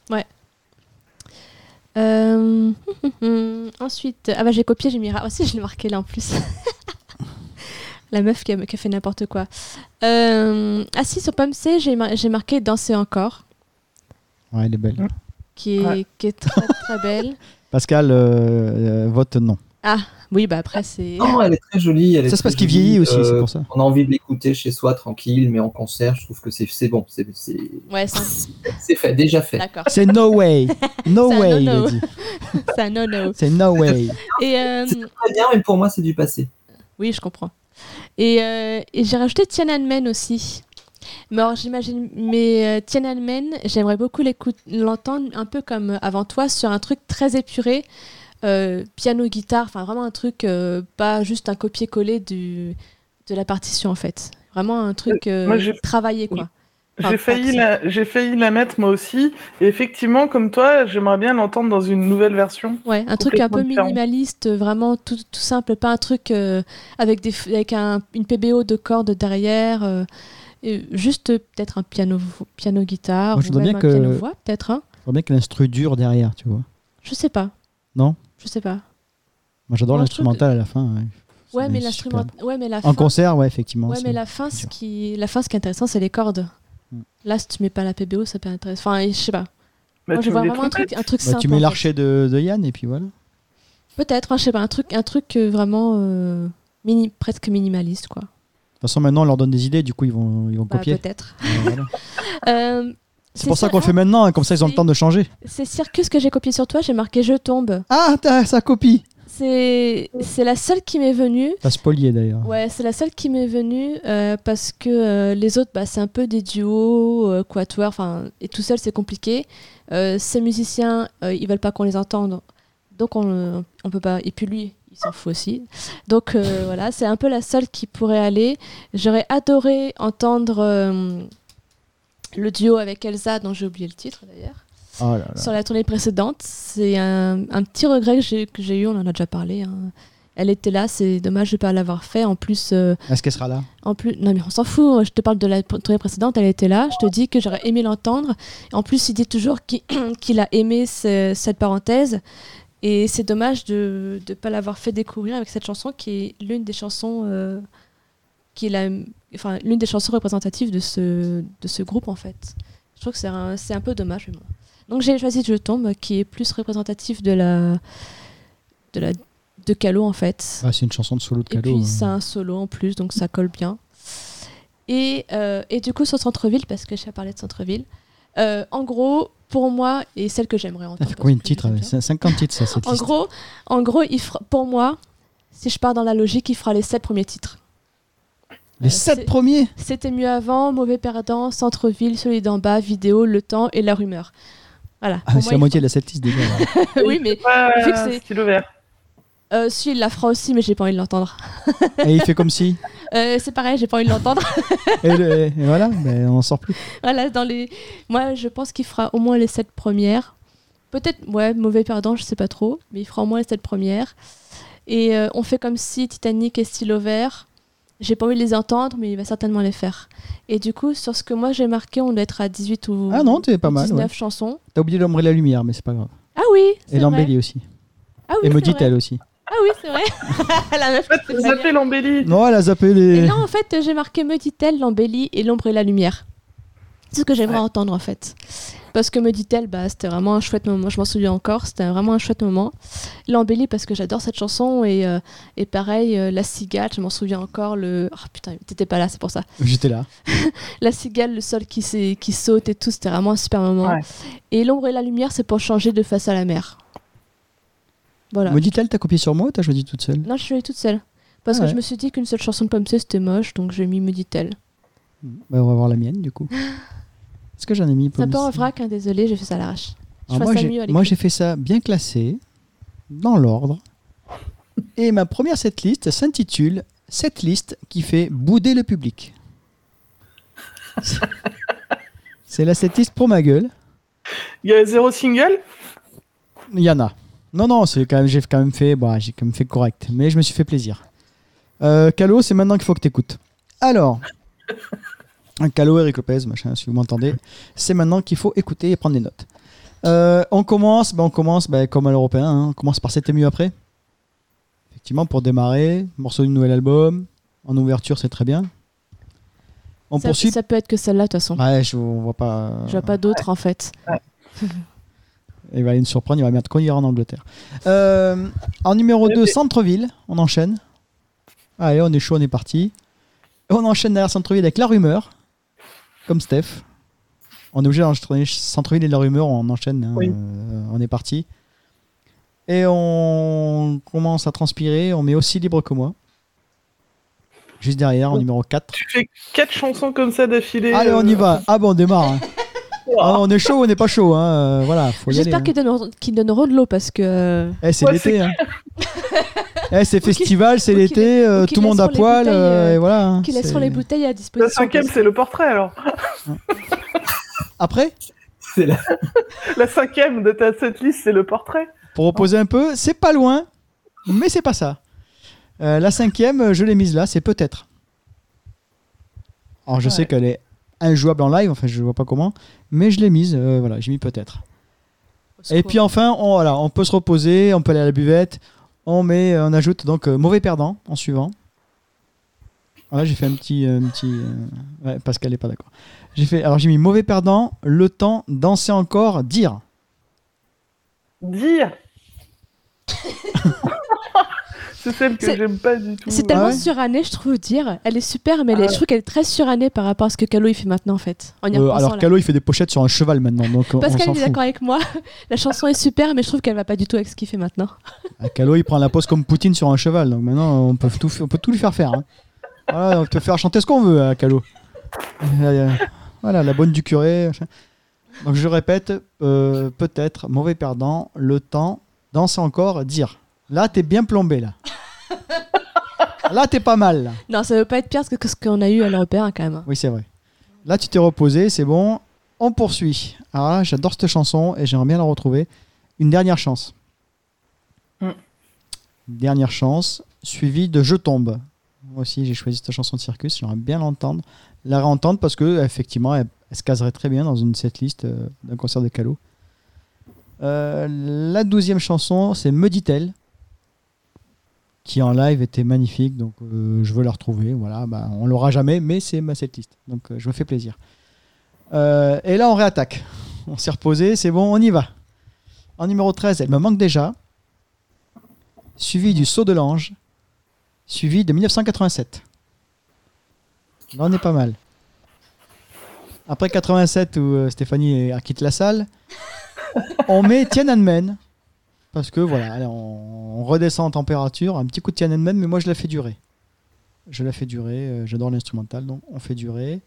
Euh, Ensuite, ah bah j'ai copié, j'ai mis. Ah si, je l'ai marqué là en plus. La meuf qui a, qui a fait n'importe quoi. Euh, Ah si, sur Pomme C, j'ai mar- j'ai marqué Danser encore, Ouais, elle est belle. Mm. qui est, Ouais. qui est très très belle. Pascal euh, euh, vote non. Ah oui, bah après c'est. Non, elle est très jolie. Elle est Ça, c'est très parce qu'il jolie, vieillit aussi, euh, c'est pour ça. On a envie de l'écouter chez soi, tranquille, mais en concert, je trouve que c'est c'est bon. C'est c'est- Ouais, c'est un- c'est fait, déjà fait. d'accord. C'est no way. No C'est un way, il no-no. a dit. C'est un no-no. C'est no way. Et euh, C'est très bien, mais pour moi, c'est du passé. oui, je comprends. Et, euh, et j'ai rajouté Tiananmen aussi. Mais alors, j'imagine, mais euh, Tiananmen, j'aimerais beaucoup l'écoute- l'entendre un peu comme avant toi sur un truc très épuré, euh, piano guitare, enfin vraiment un truc euh, pas juste un copier-coller du de la partition en fait. Vraiment un truc euh, moi, j'ai- travaillé quoi. Enfin, J'ai failli, pas que la, j'ai failli la mettre moi aussi. Et effectivement, comme toi, j'aimerais bien l'entendre dans une nouvelle version. Ouais, un truc un peu Complètement différent. minimaliste, vraiment tout, tout simple, pas un truc euh, avec, des, f- avec un, une P B O de cordes derrière, euh, et juste euh, peut-être un piano, piano guitare, Moi, je ou voudrais même bien un que- piano voix, peut-être. Hein. Faudrait bien que l'instru dure derrière, tu vois. Je sais pas, Non? je sais pas. Moi, j'adore Moi, je trouve l'instrumental à la fin. Ouais, Ouais, C'est mais superbe. l'instrument, ouais, mais la En fin, concert, ouais, effectivement. ouais, c'est- mais la fin, ce dur. qui, la fin, ce qui est intéressant, c'est les cordes. Mm. Là, si tu mets pas la P B O, ça peut être intéressant. Enfin, je sais pas. Bah, Moi, tu je vois mets des vraiment un trompettes. truc, un truc Bah, simple. tu mets en fait. l'archet de, de Yann et puis voilà. Peut-être, hein, je sais pas, un truc, un truc euh, vraiment euh, mini, presque minimaliste, quoi. De toute façon, maintenant, on leur donne des idées, du coup, ils vont, ils vont Bah, copier. peut-être. Euh, voilà. Euh, C'est pour ça qu'on le fait Cir- maintenant, hein, comme ça, ils ont le c'est- temps de changer. C'est Circus que j'ai copié sur toi, j'ai marqué Je tombe. Ah, t'as sa copie. C'est c'est la seule qui m'est venue. T'as spolié, d'ailleurs. Ouais, c'est la seule qui m'est venue euh, parce que euh, les autres, bah, c'est un peu des duos, euh, quatuors, enfin, et tout seul, c'est compliqué. Euh, ces musiciens, euh, ils veulent pas qu'on les entende, donc on, on peut pas. Et puis lui, il s'en fout aussi. Donc euh, voilà, c'est un peu la seule qui pourrait aller. J'aurais adoré entendre euh, le duo avec Elsa, dont j'ai oublié le titre d'ailleurs. Oh là là. Sur la tournée précédente, c'est un, un petit regret que j'ai, que j'ai eu, on en a déjà parlé. hein. Elle était là, c'est dommage de ne pas l'avoir fait. En plus, euh, Est-ce qu'elle sera là? en plus, non mais on s'en fout. Je te parle de la tournée précédente, elle était là. Je te dis que j'aurais aimé l'entendre. En plus, il dit toujours qu'il, qu'il a aimé ce- cette parenthèse. Et c'est dommage de ne pas l'avoir fait découvrir avec cette chanson qui est l'une des chansons, euh, qui est la, enfin l'une des chansons représentatives de ce de ce groupe en fait. Je trouve que c'est un, c'est un peu dommage. Mais bon. Donc j'ai choisi Je tombe, qui est plus représentatif de la de la de Calo en fait. Ah, c'est une chanson de solo de Et Calo. puis hein. c'est un solo en plus, donc ça colle bien. Et, euh, et du coup sur Centre-ville, parce que j'ai parlé de Centre-ville, euh, en gros, pour moi, et celle que j'aimerais entendre. Ça fait parce combien de que titres? j'aime ouais bien. C'est cinquante titres, ça, cette En liste. gros, en gros il fera, pour moi, si je pars dans la logique, il fera les sept premiers titres. Les euh, sept c'est- premiers? C'était mieux avant, Mauvais perdant, Centre-ville, Celui d'en bas, Vidéo, Le temps et La rumeur. Voilà. Ah, Pour c'est moi, la il moitié de la setlist déjà. là. fera- oui, mais Ouais, vu que c'est- stylo vert. euh, celui il la fera aussi, mais j'ai pas envie de l'entendre. Et il fait comme si. Euh, c'est pareil, j'ai pas envie de l'entendre. Et, le- et voilà, ben, on n'en sort plus. Voilà, dans les... Moi, je pense qu'il fera au moins les sept premières. Peut-être, ouais, Mauvais perdant, je sais pas trop, mais il fera au moins les sept premières. Et euh, on fait comme si Titanic et Stylo vert, j'ai pas envie de les entendre, mais il va certainement les faire. Et du coup, sur ce que moi j'ai marqué, on doit être à dix-huit ou Ah non, t'es pas mal, dix-neuf ouais. chansons. T'as oublié l'ombre et la lumière, mais c'est pas grave. Ah oui, c'est Et vrai. l'embellie aussi. Ah oui, Et c'est Moditel vrai. aussi. Ah oui, c'est vrai. La meuf qui sait Vous pas lire. appelez l'embellie. Non, elle a zappé Et les. non, en fait, j'ai marqué Me dit-elle, l'embellie et l'ombre et la lumière. C'est ce que j'aimerais Ouais. entendre, en fait. Parce que Me dit-elle, bah, c'était vraiment un chouette moment. Je m'en souviens encore, c'était vraiment un chouette moment. L'embellie, parce que j'adore cette chanson. Et, euh, et pareil, euh, La cigale, je m'en souviens encore. Le... Oh putain, t'étais pas là, c'est pour ça. J'étais là. La cigale, le sol qui, s'est- qui saute et tout, c'était vraiment un super moment. Ouais. Et l'ombre et la lumière, c'est pour changer de face à la mer. Voilà. Moditel, t'as copié sur moi ou t'as choisi toute seule? Non, je suis allée toute seule. Parce Ah que ouais. je me suis dit qu'une seule chanson de Pomme C, c'était moche, donc j'ai mis Me dit-elle. Bah, on va voir la mienne, du coup. Est-ce que j'en ai mis C'est un peu Pomme en C? vrac, hein, désolé, j'ai fait ça à l'arrache. Je Alors ferai moi, ça j'ai, mieux à moi, l'écrit. j'ai fait ça bien classé, dans l'ordre. Et ma première setlist s'intitule Setlist qui fait bouder le public. C'est la setlist pour ma gueule. Il y a zéro single. Il y en a. Non, non, c'est quand même, j'ai quand même fait, bah, j'ai quand même fait correct, mais je me suis fait plaisir. Euh, Calo, c'est maintenant qu'il faut que t'écoutes. Alors, Calo, Eric Lopez, machin, si vous m'entendez, c'est maintenant qu'il faut écouter et prendre des notes. Euh, on commence, bah, on commence bah, comme à l'européen, hein, on commence par C'était mieux après. Effectivement, pour démarrer, morceau du nouvel album, en ouverture, c'est très bien. On Ça, poursuit. ça peut être que celle-là, de toute façon. Ouais, je on voit pas. Je vois pas d'autres, en fait. Il va aller nous surprendre, il va mettre qu'on ira en Angleterre. Euh, en numéro deux, Centre-ville, on enchaîne. Allez, on est chaud, on est parti. On enchaîne derrière Centre-ville avec La Rumeur, comme Steph. On est obligé d'enchaîner Centre-ville et La Rumeur, on enchaîne, hein, Oui. euh, on est parti. Et on commence à transpirer, on met Aussi libre que moi. Juste derrière, en numéro quatre. Tu fais quatre chansons comme ça d'affilée. Allez, on y euh, va. Ah bon, on démarre. hein. Ah, on est chaud ou on n'est pas chaud, hein. euh, voilà, faut y aller. J'espère hein. qu'ils donneront, qu'ils donneront de l'eau, parce que... Eh, c'est Ouais, l'été, c'est hein. Eh, c'est Ou qu'il- festival, c'est ou qu'il l'été, laisse- euh, ou qu'il tout le monde à laisse sur les poil, bouteilles, euh, euh, et voilà. hein, Qu'ils laisseront c'est- les bouteilles à La disposition. cinquième, parce- c'est le portrait alors. Après, C'est la... La cinquième de ta setlist, c'est le portrait. pour opposer un peu, c'est pas loin, mais c'est pas ça. Euh, la cinquième, je l'ai mise là, c'est Peut-être. Alors je sais Ouais. qu'elle est injouable en live, enfin je vois pas comment, mais je l'ai mise, euh, voilà, j'ai mis Peut-être. Et puis enfin, on, voilà, on peut se reposer, on peut aller à la buvette, on met, on ajoute donc euh, Mauvais perdant en suivant. Voilà, j'ai fait un petit, un petit, euh, ouais, Pascal n'est pas d'accord. J'ai fait, alors j'ai mis Mauvais perdant, Le temps, Danser encore, Dire. Dire. C'est celle que C'est- j'aime pas du tout. C'est tellement ouais surannée, je trouve dire. Elle est super, mais elle est- Ah. je trouve qu'elle est très surannée par rapport à ce que Calo il fait maintenant en fait. En y Euh, repensant, alors là. Calo, il fait des pochettes sur un cheval maintenant, donc on- on Pascal s'en il est fout. d'accord avec moi. La chanson est super, mais je trouve qu'elle va pas du tout avec ce qu'il fait maintenant. Ah, Calo, il prend la pose comme Poutine sur un cheval, donc maintenant on peut tout, f- on peut tout lui faire faire. Hein. Voilà, on peut faire chanter ce qu'on veut à Calo. Euh, Voilà, la bonne du curé. machin. Donc je répète, euh, peut-être, mauvais perdant, le temps, danser encore, dire. Là, t'es bien plombé, là. Là, t'es pas mal, là. Non, ça veut pas être pire que ce qu'on a eu à l'Européen quand même. Oui, c'est vrai. Là, tu t'es reposé, c'est bon. On poursuit. Alors là, j'adore cette chanson et j'aimerais bien la retrouver. Une dernière chance. Mm. Une dernière chance, suivie de Je tombe. Moi aussi, j'ai choisi cette chanson de Circus. J'aimerais bien l'entendre, la réentendre parce que effectivement, elle, elle se caserait très bien dans une setlist euh, d'un concert de Calo. Euh, la douzième chanson, c'est Me dit-elle, qui en live était magnifique, donc euh, je veux la retrouver. Voilà, bah, on l'aura jamais, mais c'est ma setlist, donc euh, je me fais plaisir. Euh, et là, on réattaque. On s'est reposé, c'est bon, on y va. En numéro treize, Elle me manque déjà, suivi du Saut de l'Ange, suivi de dix-neuf cent quatre-vingt-sept. Là, on est pas mal. Après quatre-vingt-sept, où euh, Stéphanie a quitté la salle, on met Tiananmen. Parce que voilà, allez, on, on redescend en température, un petit coup de Tiananmen, mais moi je la fais durer. Je la fais durer, euh, j'adore l'instrumental, donc on fait durer.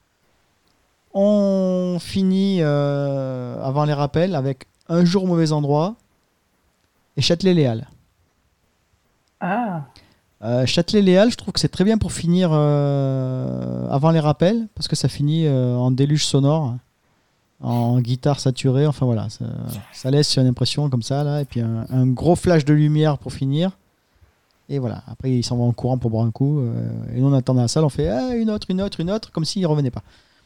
On finit euh, avant les rappels avec Un jour au mauvais endroit et Châtelet-Léal. Ah, Euh, Châtelet-Léal, je trouve que c'est très bien pour finir euh, avant les rappels, parce que ça finit euh, en déluge sonore, en guitare saturée, enfin voilà, ça, ça laisse une impression comme ça, là, et puis un, un gros flash de lumière pour finir. Et voilà, après il s'en va en courant pour boire un coup, euh, et nous on attend dans la salle, on fait ah, une autre, une autre, une autre, comme s'il ne revenait pas.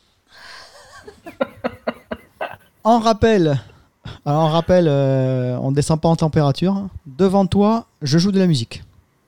En rappel, alors en rappel, euh, on ne descend pas en température. Devant toi, je joue de la musique.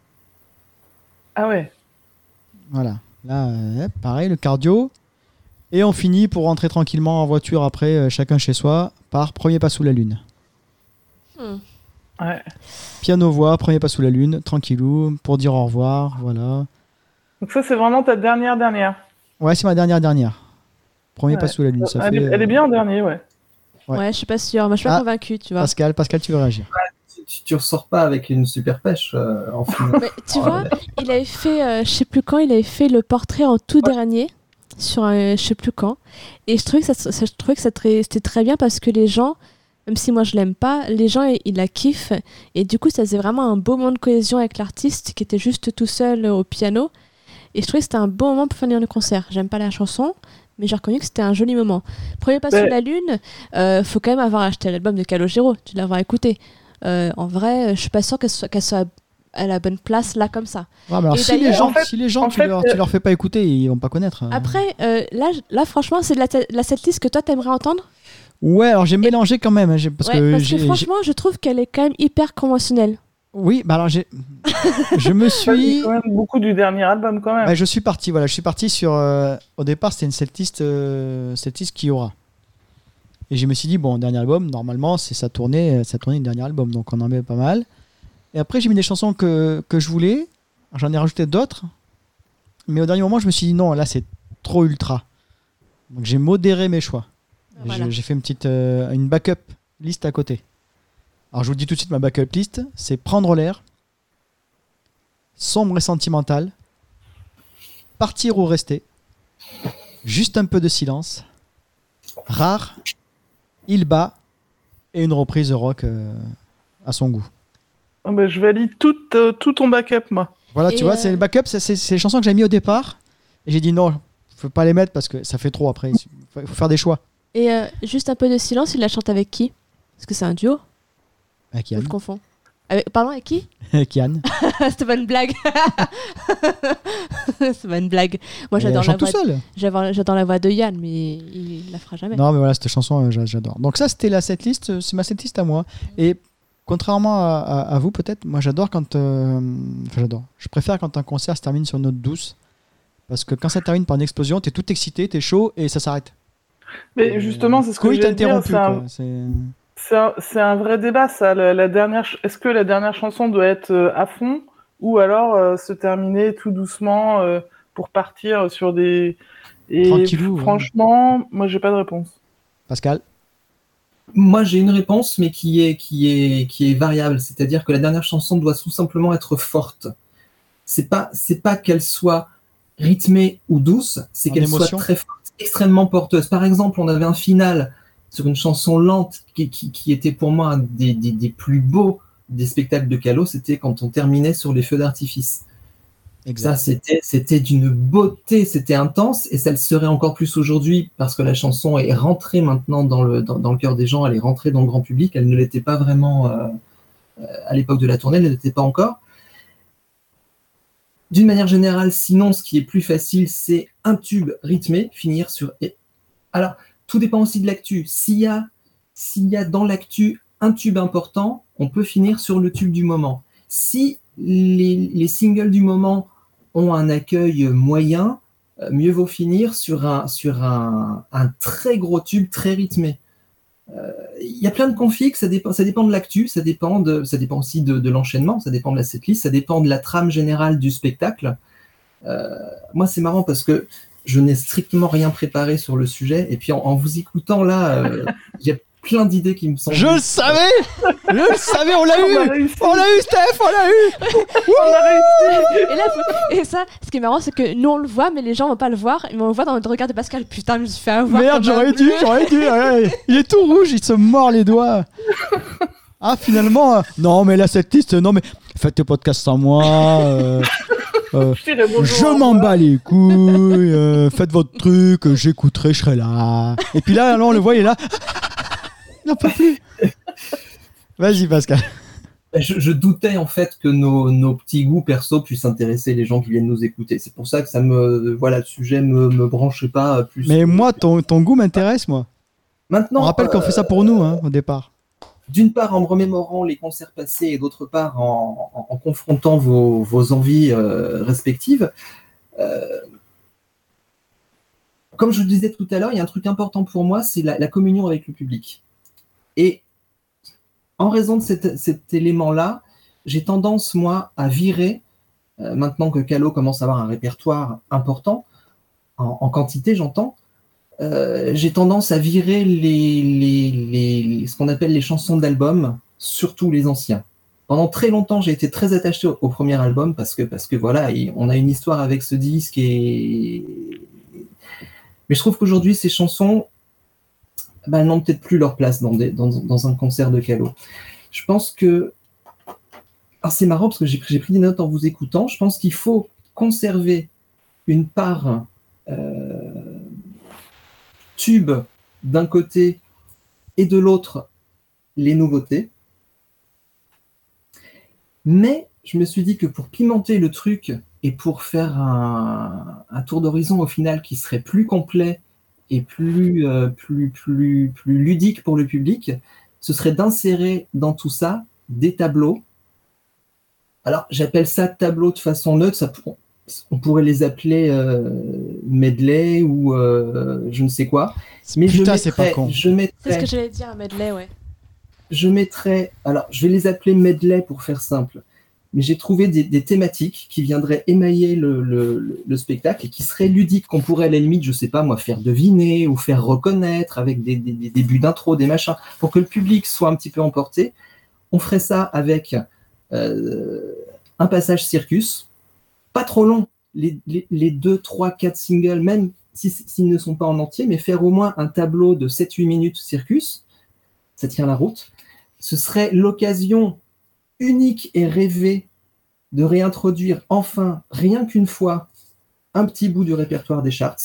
ah ouais. Voilà, là, euh, pareil, le cardio. Et on finit pour rentrer tranquillement en voiture après, euh, chacun chez soi, par Premier pas sous la lune. Hmm. Ouais. Piano-voix, Premier pas sous la lune, tranquillou, pour dire au revoir, voilà. Donc ça, c'est vraiment ta dernière dernière. Ouais, c'est ma dernière dernière. Premier Ouais. pas sous la lune, ça elle, fait... est, elle est bien en dernier, ouais. Ouais. Ouais, je suis pas sûre. Moi, je suis pas Ah. convaincue, tu vois. Pascal, Pascal, tu veux réagir? Tu, tu ressors pas avec une super pêche euh, en finale. Mais tu vois, il avait fait, euh, je sais plus quand, il avait fait le portrait en tout dernier sur un, je sais plus quand, et je trouvais que ça, ça- je trouvais que ça très- c'était très bien parce que les gens, même si moi je l'aime pas, les gens ils, ils la kiffent et du coup ça faisait vraiment un beau moment de cohésion avec l'artiste qui était juste tout seul au piano et je trouvais que c'était un bon moment pour finir le concert. J'aime pas la chanson, mais j'ai reconnu que c'était un joli moment. Premier pas Ouais. sous la lune, euh, faut quand même avoir acheté l'album de Calogero, tu l'avoir écouté. Euh, en vrai, je suis pas sûre qu'elle soit, qu'elle soit à la bonne place là comme ça. Ouais, mais alors, Et si les d'ailleurs, gens, en fait- si les gens en tu, fait, leur, euh, tu leur fais pas écouter, ils vont pas connaître. euh. Après, euh, là, je- là, franchement, c'est de la, te- la setlist que toi t'aimerais entendre. Ouais, alors j'ai mélangé quand même, hein, j'ai- parce Ouais, que parce j'ai... que j'ai- franchement, je trouve qu'elle est quand même hyper conventionnelle. Oui, bah alors j'ai... je me Ça dit suis... quand même beaucoup du dernier album, quand même. Bah, je suis parti, voilà, je suis parti sur... euh, au départ, c'était une setlist, euh, setlist qui aura. Et je me suis dit, bon, dernier album, normalement, c'est sa tournée, sa tournée du dernier album, donc on en met pas mal. Et après, j'ai mis des chansons que, que je voulais, j'en ai rajouté d'autres, mais au dernier moment, je me suis dit, non, là, c'est trop ultra. Donc j'ai modéré mes choix. Et Voilà. je- J'ai fait une petite euh, une backup liste à côté. Alors je vous dis tout de suite ma backup liste, c'est Prendre l'air, Sombre et sentimental, Partir ou rester, Juste un peu de silence, Rare, Il bat et une reprise rock euh, à son goût. Oh, bah, je valide tout, euh, tout ton backup, moi. Voilà, Et tu vois, euh, c'est le backup, c'est c'est- c'est les chansons que j'ai mis au départ. Et j'ai dit non, faut pas les mettre parce que ça fait trop après. Il faut, faut faire des choix. Et euh, juste un peu de silence, il la chante avec qui? Parce que c'est un duo, Avec je Yann. le confonds. Avec, pardon, avec qui? Avec Yann. C'était pas une blague. C'est pas une blague. Moi, Et j'adore elle la, chante tout voix- seul. j'adore j'adore la voix de Yann, mais il, il la fera jamais. Non, mais voilà, cette chanson, euh, j'a- j'adore. Donc ça, c'était la setlist, euh, c'est ma setlist à moi. Et contrairement à, à- à vous, peut-être, moi, j'adore quand... euh, Enfin, j'adore. Je préfère quand un concert se termine sur une note douce. Parce que quand ça termine par une explosion, t'es tout excité, t'es chaud et ça s'arrête. Mais justement, c'est ce que Coït je veux dire. interrompu, C'est un, quoi. C'est- C'est un, c'est un vrai débat, ça. La, la dernière, ch- est-ce que la dernière chanson doit être euh, à fond ou alors euh, se terminer tout doucement euh, pour partir sur des. Et Tranquillou, f- franchement, moi, j'ai pas de réponse. Pascal? Moi, j'ai une réponse, mais qui est, qui est, qui est variable. C'est-à-dire que la dernière chanson doit tout simplement être forte. C'est pas, c'est pas qu'elle soit rythmée ou douce, c'est En qu'elle émotion. soit très forte, extrêmement porteuse. Par exemple, on avait un final sur une chanson lente qui, qui, qui était pour moi un des, des, des plus beaux des spectacles de Kahlo, c'était quand on terminait sur les feux d'artifice. Ça, c'était, c'était d'une beauté, c'était intense, et ça le serait encore plus aujourd'hui parce que la chanson est rentrée maintenant dans le, dans, dans le cœur des gens, elle est rentrée dans le grand public, elle ne l'était pas vraiment euh, à l'époque de la tournée, elle ne l'était pas encore. D'une manière générale, sinon, ce qui est plus facile, c'est un tube rythmé, finir sur... Alors, tout dépend aussi de l'actu. S'il y a, s'il y a dans l'actu un tube important, on peut finir sur le tube du moment. Si les, les singles du moment ont un accueil moyen, mieux vaut finir sur un, sur un, un très gros tube très rythmé. Il euh, y a plein de configs, ça dépend, ça dépend de l'actu, ça dépend, de, ça dépend aussi de, de l'enchaînement, ça dépend de la setlist, ça dépend de la trame générale du spectacle. Euh, moi, c'est marrant parce que je n'ai strictement rien préparé sur le sujet, et puis en, en vous écoutant là, il euh, y a plein d'idées qui me sont... Je le savais Je le savais, on l'a On a eu réussi. On l'a eu, Steph, on l'a eu On a réussi. Et là, faut- et ça, ce qui est marrant, c'est que nous on le voit, mais les gens vont pas le voir. Mais on le voit dans le regard de Pascal. Putain, je me suis fait avoir. Merde, quand même. j'aurais dû, j'aurais dû ouais. Il est tout rouge, il se mord les doigts. Ah, finalement, euh, non, mais là, cette liste, non, mais faites tes podcasts sans moi. Euh, euh, Je dirais bonjour. je m'en bats les couilles. Euh, faites votre truc, euh, j'écouterai, je serai là. Et puis là, alors, on le voit, il est là. Il n'en peut plus. Vas-y, Pascal. Je, je doutais en fait que nos, nos petits goûts perso puissent intéresser les gens qui viennent nous écouter. C'est pour ça que ça me, voilà, le sujet me, me branchait pas plus. Mais moi, ton, ton goût m'intéresse, moi. Maintenant, On rappelle qu'on euh, fait ça pour nous, hein, au départ. d'une part en me remémorant les concerts passés et d'autre part en, en, en confrontant vos, vos envies euh, respectives. Euh, comme je le disais tout à l'heure, il y a un truc important pour moi, c'est la, la communion avec le public. Et en raison de cet, cet élément-là, j'ai tendance, moi, à virer, euh, maintenant que Kahlo commence à avoir un répertoire important, en, en quantité, j'entends, euh, j'ai tendance à virer les, les, les, ce qu'on appelle les chansons d'album, surtout les anciens. Pendant très longtemps, j'ai été très attaché au, au premier album parce que, parce que voilà, on a une histoire avec ce disque. Et... Mais je trouve qu'aujourd'hui, ces chansons, ben, elles n'ont peut-être plus leur place dans, des, dans, dans un concert de Kahlo. Je pense que... Alors c'est marrant parce que j'ai, j'ai pris des notes en vous écoutant. Je pense qu'il faut conserver une part euh, tube d'un côté et de l'autre les nouveautés. Mais je me suis dit que pour pimenter le truc et pour faire un, un tour d'horizon au final qui serait plus complet et plus, euh, plus, plus, plus ludique pour le public, ce serait d'insérer dans tout ça des tableaux. Alors, j'appelle ça tableaux de façon neutre. Ça, on pourrait les appeler euh, medley ou euh, je ne sais quoi. Mais Putain, je mettrais, c'est pas con. je mettrais, C'est ce que j'allais dire, un medley, ouais. je mettrais, alors je vais les appeler medley pour faire simple, mais j'ai trouvé des, des thématiques qui viendraient émailler le, le, le spectacle et qui seraient ludiques, qu'on pourrait à la limite, je sais pas moi, faire deviner ou faire reconnaître avec des, des, des débuts d'intro, des machins, pour que le public soit un petit peu emporté. On ferait ça avec euh, un passage circus, pas trop long, les, les, les deux, trois, quatre singles, même si, s'ils ne sont pas en entier, mais faire au moins un tableau de sept huit minutes circus, ça tient la route. Ce serait l'occasion unique et rêvée de réintroduire enfin, rien qu'une fois, un petit bout du répertoire des charts,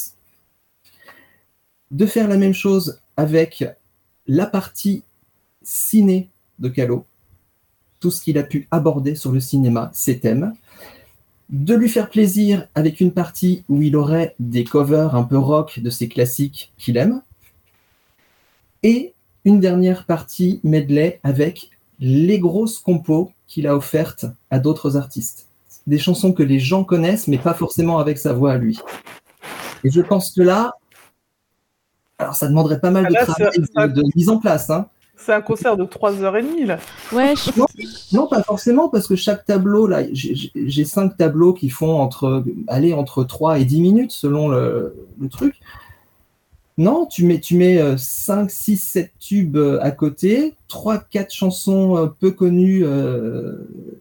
de faire la même chose avec la partie ciné de Kahlo, tout ce qu'il a pu aborder sur le cinéma, ses thèmes, de lui faire plaisir avec une partie où il aurait des covers un peu rock de ses classiques qu'il aime, et une dernière partie medley avec les grosses compos qu'il a offertes à d'autres artistes. Des chansons que les gens connaissent, mais pas forcément avec sa voix à lui. Et je pense que là, alors ça demanderait pas mal de Là, travail ça- de, de mise en place, hein, C'est un concert de trois heures trente là. Ouais, je... Non, non, pas forcément, parce que chaque tableau, là, j'ai, j'ai cinq tableaux qui font entre, allez, entre trois et dix minutes selon le, le truc. Non, tu mets, tu mets cinq, six, sept tubes à côté, trois, quatre chansons peu connues euh,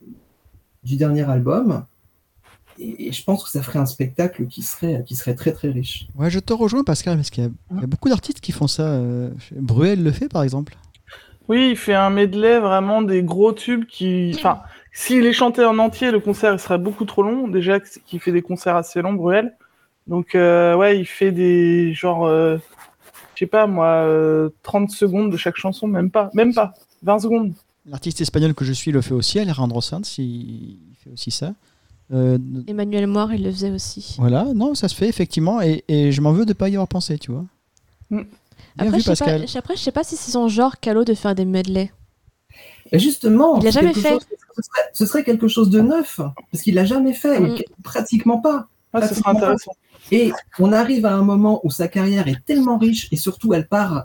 du dernier album. Et, et je pense que ça ferait un spectacle qui serait, qui serait très très riche. Ouais, je te rejoins, Pascal, parce qu'il y a, il y a beaucoup d'artistes qui font ça. euh, Bruel le fait, par exemple. Oui, il fait un medley vraiment des gros tubes qui. Enfin, s'il est chanté en entier, le concert il serait beaucoup trop long. Déjà qu'il fait des concerts assez longs, Bruel. Donc, euh, ouais, il fait des. Genre. Euh, je sais pas, moi, euh, trente secondes de chaque chanson, même pas. Même pas. vingt secondes. L'artiste espagnol que je suis le fait aussi, Alejandro Sanz, il fait aussi ça. Euh, Emmanuel Moir, il le faisait aussi. Voilà, non, ça se fait effectivement, et, et je m'en veux de pas y avoir pensé, tu vois. Mm. Bien Après, vu, je sais Pascal. pas, après, je sais pas si c'est son genre, Calo, de faire des medley. Et justement, Il l'a c'est jamais quelque fait. chose- ce, serait, ce serait quelque chose de neuf, parce qu'il l'a jamais fait, Mm. ou pratiquement pas. Ah, ce serait Pratiquement pas. intéressant. Et on arrive à un moment où sa carrière est tellement riche, et surtout elle part.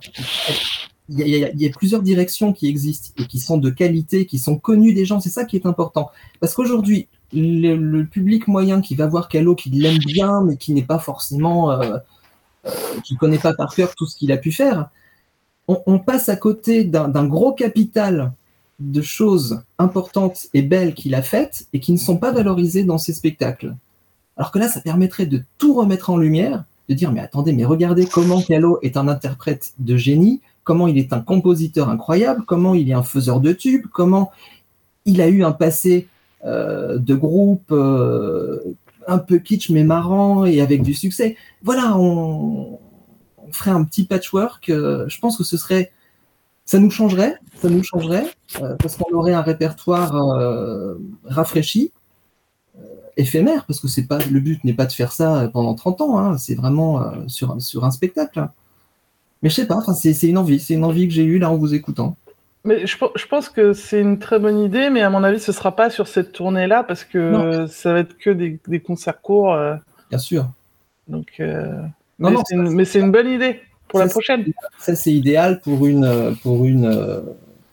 Il y, a, il y a- il y a plusieurs directions qui existent et qui sont de qualité, qui sont connues des gens. C'est ça qui est important. Parce qu'aujourd'hui, le, le public moyen qui va voir Calo, qui l'aime bien, mais qui n'est pas forcément, euh, euh, qui connaît pas par cœur tout ce qu'il a pu faire, on, on passe à côté d'un d'un gros capital de choses importantes et belles qu'il a faites et qui ne sont pas valorisées dans ses spectacles. Alors que là, ça permettrait de tout remettre en lumière, de dire, mais attendez, mais regardez comment Calo est un interprète de génie, comment il est un compositeur incroyable, comment il est un faiseur de tubes, comment il a eu un passé euh, de groupe euh, un peu kitsch mais marrant et avec du succès. Voilà, on, on ferait un petit patchwork. euh, je pense que ce serait, ça nous changerait, ça nous changerait euh, parce qu'on aurait un répertoire euh, rafraîchi, euh, éphémère, parce que c'est pas, le but n'est pas de faire ça pendant trente ans, hein, c'est vraiment euh, sur, sur un spectacle. Mais je sais pas, enfin, c'est, c'est une envie, c'est une envie que j'ai eue là en vous écoutant. Mais je, pe- je pense que c'est une très bonne idée, mais à mon avis, ce sera pas sur cette tournée-là parce que Non. euh, ça va être que des, des concerts courts. euh, Bien sûr. donc, euh, Non, mais non, c'est une, mais c'est une bonne idée pour ça, la c'est- prochaine. Ça, c'est idéal pour une, euh, pour une, euh,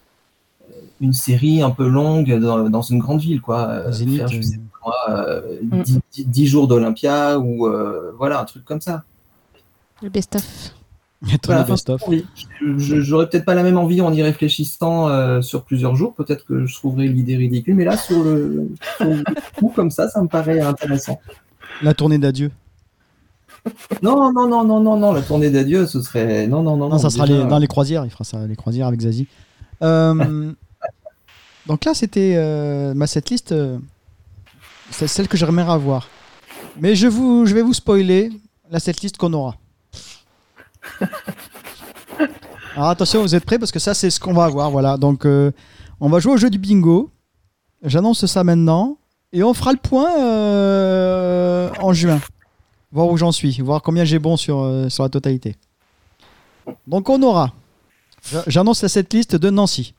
une série un peu longue dans, dans une grande ville, quoi. Euh, Zénith, faire, je euh, sais pas moi, euh, Mm. dix- dix- dix jours d'Olympia ou euh, voilà, un truc comme ça. Le best-of. Être Voilà, le best-of. enfin, oui. Je- je- J'aurais peut-être pas la même envie en y réfléchissant euh, sur plusieurs jours. Peut-être que je trouverais l'idée ridicule, mais là, sur le, sur le coup, comme ça, ça me paraît intéressant. La tournée d'adieu. Non, non, non, non, non, non, la tournée d'adieu, ce serait. Non, non, non, Non, ça sera déjà, les- dans les croisières, il fera ça, les croisières avec Zazie. Euh, donc là, c'était euh, ma setlist, euh, c'est celle que j'aimerais avoir. Mais je, vous, je vais vous spoiler la setlist qu'on aura. Alors attention, vous êtes prêts parce que ça, c'est ce qu'on va avoir. Voilà, donc euh, on va jouer au jeu du bingo. J'annonce ça maintenant et on fera le point euh, en juin. Voir où j'en suis, voir combien j'ai bon sur, euh, sur la totalité. Donc on aura. J'annonce la setlist de Nancy.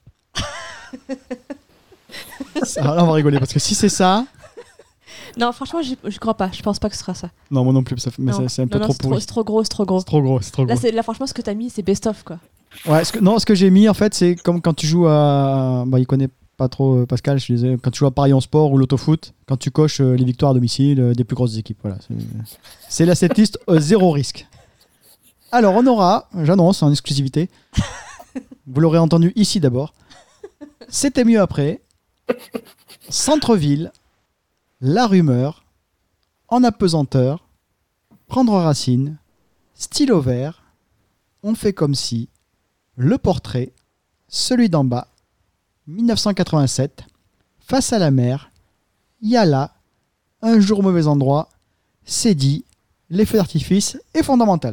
Ça, là, on va rigoler parce que si c'est ça. Non, franchement, j'y- je crois pas. Je pense pas que ce sera ça. Non, moi non plus, ça fait- mais Non. c'est- c'est un peu Non, non, trop c'est trop, pourri. c'est trop gros, c'est trop gros. C'est trop gros, c'est trop Là, gros. c'est, là, franchement, ce que t'as mis, c'est best-of, quoi. Ouais, ce que, non, ce que j'ai mis en fait, c'est comme quand tu joues à. Bah, il connaît pas trop euh, Pascal, je disais. Quand tu joues à Paris en sport ou l'autofoot, quand tu coches euh, les victoires à domicile euh, des plus grosses équipes. Voilà, c'est, c'est la setlist euh, zéro risque. Alors, on aura, j'annonce en exclusivité, vous l'aurez entendu ici d'abord. C'était mieux après. Centre-ville, La Rumeur, En apesanteur, Prendre racine, Stylo vert, On fait comme si, Le portrait, Celui d'en bas, dix-neuf cent quatre-vingt-sept, Face à la mer, Yala, Un jour au mauvais endroit, C'est dit, Les feux d'artifice et Fondamental.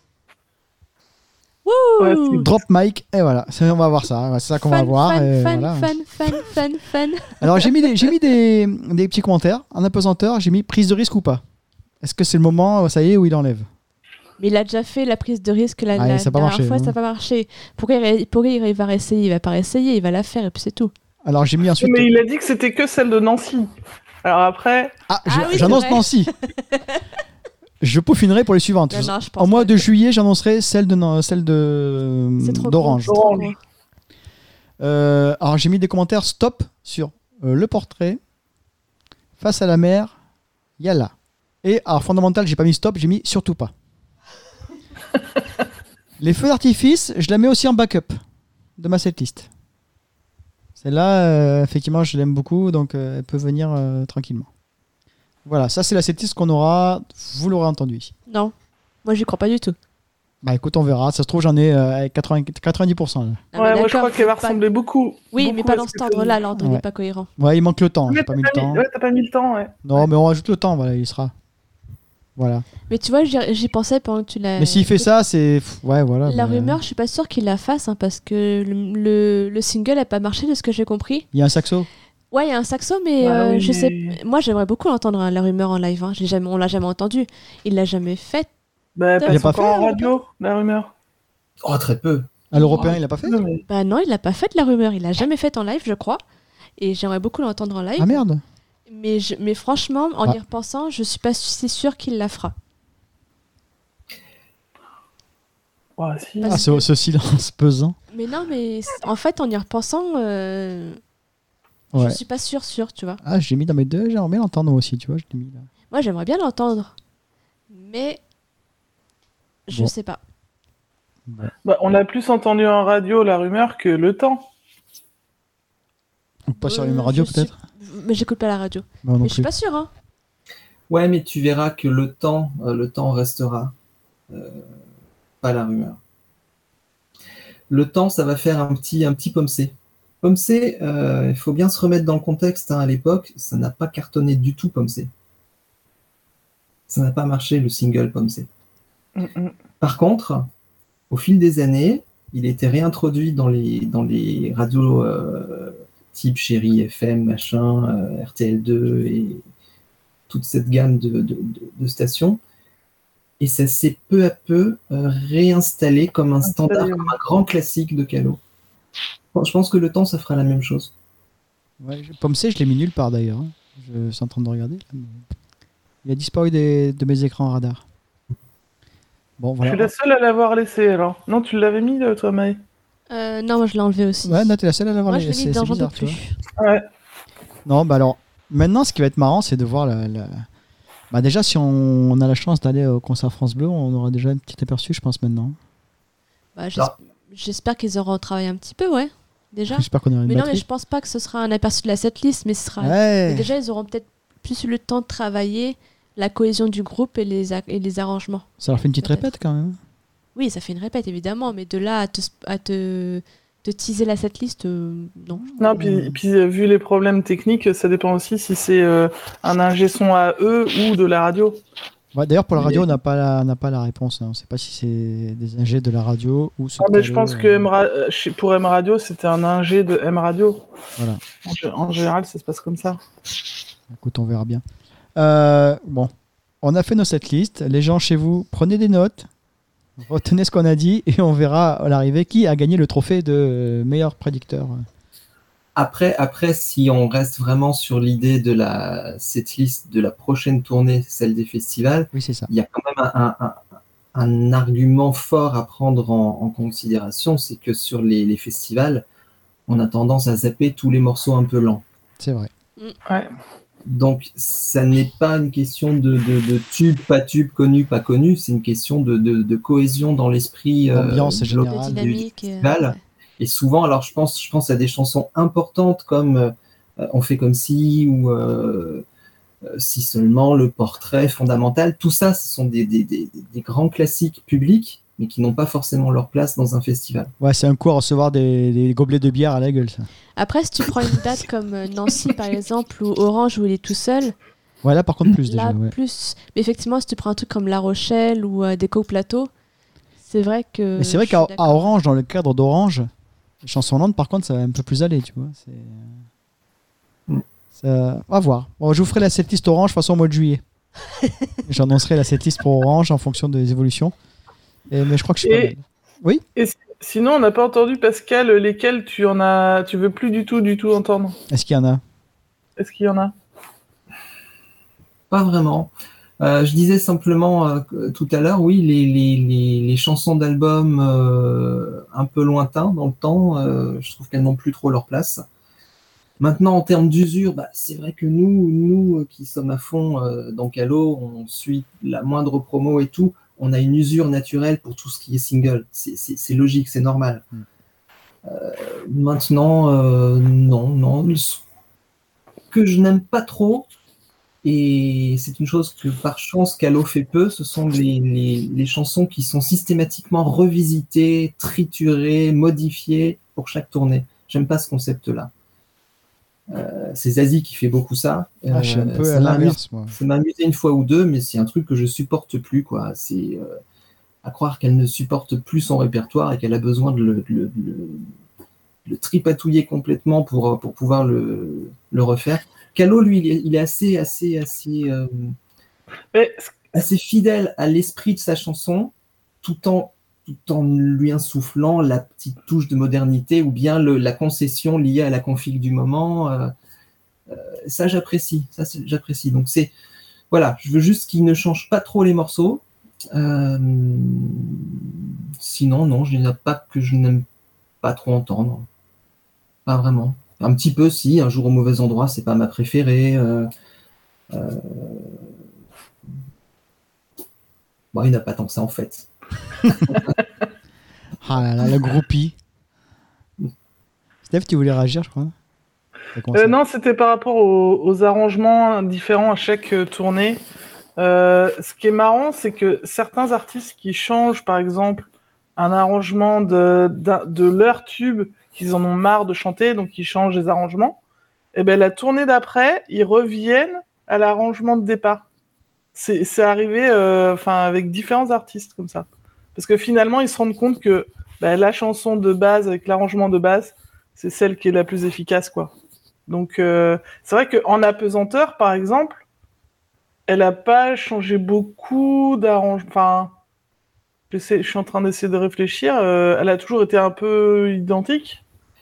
Wouh Ouais, c'est- Drop mic, et voilà, c'est- on va voir ça, ouais, c'est ça qu'on va Fan, voir. fan, et fan, voilà. fan, fan, fan, fan. Alors j'ai mis, des, j'ai mis des, des petits commentaires. En apesanteur, j'ai mis prise de risque ou pas. Est-ce que c'est le moment, ça y est, où il enlève? Mais il a déjà fait la prise de risque la, Ah, la ça a pas dernière marché, fois, hein. ça n'a pas marché. Pourquoi il, pourquoi il va réessayer? Il va pas réessayer, il va la faire et puis c'est tout. Alors j'ai mis ensuite... Mais il a dit que c'était que celle de Nancy. Alors après, Ah, Ah je- oui, c'est j'annonce vrai. Nancy. Je peaufinerai pour les suivantes. Non, non, je pense En mois pas. de juillet, j'annoncerai celle de, Nan- celle de C'est trop d'Orange. gros, c'est trop Orange. gros. Euh, alors j'ai mis des commentaires stop sur euh, le portrait, face à la mer, yalla. Et alors fondamental, j'ai pas mis stop, j'ai mis surtout pas. Les feux d'artifice, je la mets aussi en backup de ma setlist. Celle-là, euh, effectivement, je l'aime beaucoup, donc euh, elle peut venir euh, tranquillement. Voilà, ça c'est la setlist qu'on aura, vous l'aurez entendu ici. Non, moi j'y crois pas du tout. Bah écoute, on verra. Ça se trouve, j'en ai euh, quatre-vingts quatre-vingt-dix pour cent. Là. Ah, Ouais, mais moi je d'accord, crois qu'elle va pas- ressembler beaucoup. Oui, beaucoup mais pas à dans ce cet que t'as ordre-là, dit. l'ordre Ouais. n'est pas cohérent. Ouais, il manque le temps. Ouais, J'ai t'as pas mis le pas temps. mis- ouais, t'as pas mis le temps, ouais. Non, mais on rajoute le temps. Voilà, il sera. Voilà. Mais tu vois, j'y j'y pensais pendant que tu l'as. Mais s'il fait ça, c'est. pff, Ouais, voilà. La bah, rumeur, je suis pas sûre qu'il la fasse, hein, parce que le, le, le single a pas marché de ce que j'ai compris. Il y a un saxo. Ouais, il y a un saxo, mais Ah euh, oui, je sais. mais- Moi, j'aimerais beaucoup l'entendre, hein, la rumeur en live. Hein. J'ai jamais, on l'a jamais entendu. Il l'a jamais fait. Bah, Il a passe pas encore fait, en hein, radio, la rumeur. Oh, très peu. À l'européen, il l'a pas fait. Non, mais- Bah non, il l'a pas fait la rumeur. Il l'a jamais fait en live, je crois. Et j'aimerais beaucoup l'entendre en live. Ah merde. Mais, je- mais franchement, en Ah. y repensant, je suis pas si sûre qu'il la fera. Ouais, si. Parce Ah, ce, ce silence pesant. Mais non, mais c- en fait, en y repensant, euh, Ouais. je suis pas sûre, sûre, tu vois. Ah, j'ai mis dans mes deux. J'aimerais bien l'entendre moi aussi, tu vois. Je l'ai mis là. Moi, j'aimerais bien l'entendre. Mais je Bon. sais pas. Bah, on a plus entendu en radio la rumeur que le temps. Ou pas sur Euh, une radio je peut-être. suis- Mais j'écoute pas la radio. Non, non mais je suis plus. pas sûre, hein. Ouais, mais tu verras que le temps, euh, le temps restera. Euh, pas la rumeur. Le temps, ça va faire un petit, un petit Pomsé. Pomsé, euh, il faut bien se remettre dans le contexte. Hein, à l'époque, ça n'a pas cartonné du tout, Pomsé. Ça n'a pas marché, le single Pomsé. Mm, mm. Par contre, au fil des années, il a été réintroduit dans les, dans les radios euh, type Chéri F M, machin, euh, R T L deux et toute cette gamme de, de- de- de stations. Et ça s'est peu à peu euh, réinstallé comme un standard, Installé, comme un grand classique de Calo. Bon, je pense que le temps, ça fera la même chose. Ouais, je- Pomme C, je l'ai mis nulle part d'ailleurs. hein. Je suis en train de regarder. là, mais Il a disparu des- de mes écrans radar. Bon, Je suis voilà. la seule à l'avoir laissé alors. Non, tu l'avais mis euh, toi, Maë. Euh, non, moi je l'ai enlevé aussi. Ouais, non, t'es la seule à l'avoir. moi je l'ai c'est mis dans c'est J'en peux bizarre, tu vois. plus. Ouais. Non, bah alors, maintenant, ce qui va être marrant, c'est de voir la. la- Bah déjà, si on, on a la chance d'aller au concert France Bleu, on aura déjà un petit aperçu, je pense, maintenant. Bah, j'es- J'espère qu'ils auront travaillé un petit peu, ouais. Déjà. J'espère qu'on aura une Mais non, mais batterie. je pense pas que ce sera un aperçu de la setlist, mais ce sera. Ouais. Mais déjà, ils auront peut-être plus eu le temps de travailler la cohésion du groupe et les, a- et les arrangements. Ça leur fait une petite Peut-être. répète quand même. Oui, ça fait une répète, évidemment, mais de là à te, à te, te teaser la setlist, euh, non. Non, puis, puis euh, vu les problèmes techniques, ça dépend aussi si c'est euh, un ingé son à eux ou de la radio. Ouais, d'ailleurs, pour la Mais- radio, on n'a pas, la- on n'a pas la réponse. hein. On ne sait pas si c'est des ingés de la radio ou ce Ah, mais je Calo, pense que euh, M Ra- euh, chez- pour M Radio, c'était un ingé de M Radio. Voilà. En, gé- en général, ça se passe comme ça. Écoute, on verra bien. Euh, bon, on a fait nos setlists. Les gens chez vous, prenez des notes, retenez ce qu'on a dit et on verra à l'arrivée qui a gagné le trophée de meilleur prédicteur. Après, après, si on reste vraiment sur l'idée de la setlist de la prochaine tournée, celle des festivals, Oui, c'est ça. il y a quand même un, un- un- un argument fort à prendre en, en considération, c'est que sur les, les festivals, on a tendance à zapper tous les morceaux un peu lents. C'est vrai. Ouais. Donc, ça n'est pas une question de, de, de tube, pas tube, connu, pas connu, c'est une question de, de, de cohésion dans l'esprit euh, L'ambiance global générale. De Général, du dynamique. et, euh, festival. ouais. Et souvent, alors je pense, je pense à des chansons importantes comme euh, On fait comme si ou euh, euh, Si seulement, Le portrait fondamental. Tout ça, ce sont des, des, des, des grands classiques publics, mais qui n'ont pas forcément leur place dans un festival. Ouais, c'est un coup à recevoir des, des gobelets de bière à la gueule, ça. Après, si tu prends une date comme euh, Nancy, par exemple, ou Orange, où il est tout seul, Ouais, là, par contre, plus déjà. là, Ouais. plus. Mais effectivement, si tu prends un truc comme La Rochelle ou euh, Déco Plateau, c'est vrai que. Mais c'est vrai je qu'à suis d'accord. à Orange, dans le cadre d'Orange, les chansons lentes, par contre, ça va un peu plus aller, tu vois. C'est... Mm. Ça... On va voir. Bon, je vous ferai la setlist Orange, de toute façon, au mois de juillet. J'annoncerai la setlist pour Orange en fonction des évolutions. Et, mais je crois que je suis Et- pas mal. Et si- sinon, on n'a pas entendu, Pascal, lesquels tu en as, tu veux plus du tout, du tout entendre. Est-ce qu'il y en a? Est-ce qu'il y en a? Pas vraiment. Euh, je disais simplement euh, tout à l'heure, oui, les, les, les, les chansons d'albums euh, un peu lointains dans le temps, euh, je trouve qu'elles n'ont plus trop leur place. Maintenant, en termes d'usure, bah, c'est vrai que nous, nous qui sommes à fond euh, dans Calo, on suit la moindre promo et tout, on a une usure naturelle pour tout ce qui est single. C'est, c'est, c'est logique, c'est normal. Mm. Euh, maintenant, euh, non, non. Ce que je n'aime pas trop, et c'est une chose que par chance Calo fait peu, ce sont les, les, les chansons qui sont systématiquement revisitées, triturées, modifiées pour chaque tournée. J'aime pas ce concept-là. Euh, c'est Zazie qui fait beaucoup ça. Euh, ah, je suis un peu ça à l'inverse, moi. Ça m'a amusé une fois ou deux, mais c'est un truc que je supporte plus, quoi. C'est euh, à croire qu'elle ne supporte plus son répertoire et qu'elle a besoin de le, de le, de le, de le tripatouiller complètement pour, pour pouvoir le, le refaire. Calo, lui, il est, il est assez, assez, assez, euh, mais... assez fidèle à l'esprit de sa chanson, tout en tout en lui insufflant la petite touche de modernité ou bien le, la concession liée à la config du moment. Euh, euh, ça, j'apprécie. Ça, c'est, j'apprécie. Donc, c'est... Voilà, je veux juste qu'il ne change pas trop les morceaux. Euh, sinon, non, il n'y en a pas que je n'aime pas trop entendre. Pas vraiment. Un petit peu, si. Un jour au mauvais endroit, c'est pas ma préférée. Euh, euh... Bon, il n'y en a pas tant que ça, en fait. Ah là là, le groupie. Steph, tu voulais réagir, je crois. Euh, non, c'était par rapport aux, aux arrangements différents à chaque euh, tournée. Euh, ce qui est marrant, c'est que certains artistes qui changent, par exemple, un arrangement de, de, de leur tube, qu'ils en ont marre de chanter, donc ils changent les arrangements, et ben la tournée d'après, ils reviennent à l'arrangement de départ. C'est, c'est arrivé euh, avec différents artistes comme ça. Parce que finalement, ils se rendent compte que bah, la chanson de base, avec l'arrangement de base, c'est celle qui est la plus efficace, quoi. Donc, euh, c'est vrai qu'en apesanteur, par exemple, elle n'a pas changé beaucoup d'arrangements. Enfin, je suis en train d'essayer de réfléchir. Euh, elle a toujours été un peu identique.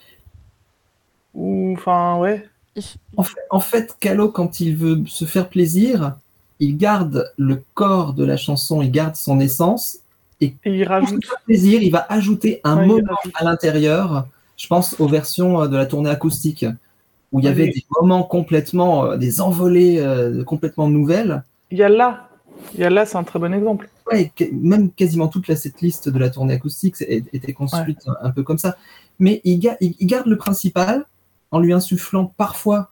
Ou, enfin, ouais. En fait, en fait, Calo, quand il veut se faire plaisir, il garde le corps de la chanson, il garde son essence. Et, et il rajoute. Pour se faire plaisir, il va ajouter un ouais, moment à l'intérieur. Je pense aux versions de la tournée acoustique, où il y avait oui. des moments complètement, euh, des envolées euh, complètement nouvelles. Il y a là, il y a là, c'est un très bon exemple. Ouais, même quasiment toute la setlist de la tournée acoustique était construite ouais. un, un peu comme ça. Mais il, ga- il garde le principal en lui insufflant parfois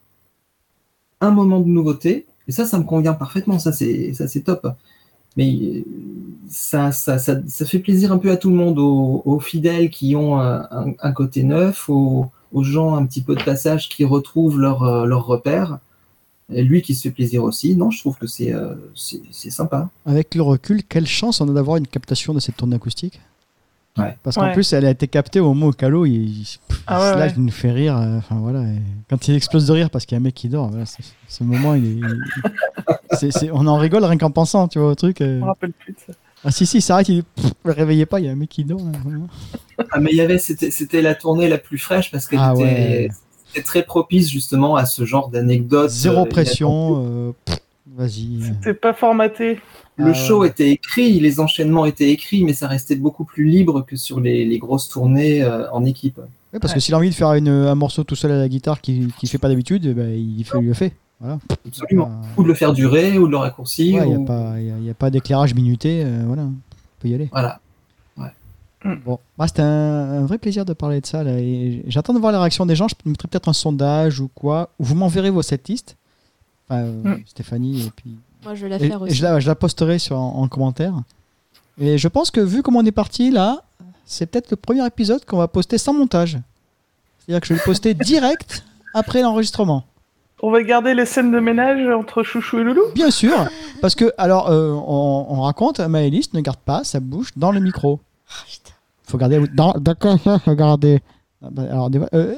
un moment de nouveauté. Et ça, ça me convient parfaitement. Ça, c'est, ça, c'est top. Mais ça, ça, ça, ça fait plaisir un peu à tout le monde, aux, aux fidèles qui ont un, un, un côté neuf, aux, aux gens un petit peu de passage qui retrouvent leur, leur repère. Et lui qui se fait plaisir aussi. Non, je trouve que c'est, euh, c'est, c'est sympa. Avec le recul, quelle chance on a d'avoir une captation de cette tournée acoustique. Ouais. Parce qu'en ouais. plus, elle a été captée au moment où Calo, il, il, ah ouais, là, ouais. il nous fait rire. Enfin, voilà, et quand il explose de rire parce qu'il y a un mec qui dort, voilà, c'est, ce moment, il est, il, c'est, c'est, on en rigole rien qu'en pensant, tu vois, au truc. Euh... Je me rappelle plus de ça. Ah si, si, ça arrête, il dit, ne réveillez pas, il y a un mec qui dort. Là, ah, mais il y avait, c'était, c'était la tournée la plus fraîche parce qu'elle ah, était, ouais. c'était très propice justement à ce genre d'anecdotes. Zéro euh, pression, euh, pff, vas-y. C'était pas formaté. Le ah, show ouais. était écrit, les enchaînements étaient écrits, mais ça restait beaucoup plus libre que sur les, les grosses tournées euh, en équipe. Ouais, parce ouais. que s'il a envie de faire une, un morceau tout seul à la guitare qu'il ne fait pas d'habitude, bah, il, fait, il le fait. Voilà. Absolument. Euh... Ou de le faire durer, ou de le raccourcir. Il ou... n'y a, a, a pas d'éclairage minuté, euh, voilà. On peut y aller. Voilà. Ouais. Bon, bah, c'était un, un vrai plaisir de parler de ça. Là, et j'attends de voir la réaction des gens. Je mettrai peut-être un sondage ou quoi. Ou vous m'enverrez vos setlists. Enfin, euh, mm. Stéphanie et puis... Moi, je vais la et, faire aussi. Et je, la, je la posterai sur, en, en commentaire. Et je pense que vu comment on est parti là, c'est peut-être le premier épisode qu'on va poster sans montage. C'est-à-dire que je vais le poster direct après l'enregistrement. On va garder les scènes de ménage entre Chouchou et Loulou ? Bien sûr, parce que, alors, euh, on, on raconte, Maëlys ne garde pas sa bouche dans le micro. Il faut garder... Dans, d'accord, faut garder... Alors, des, euh,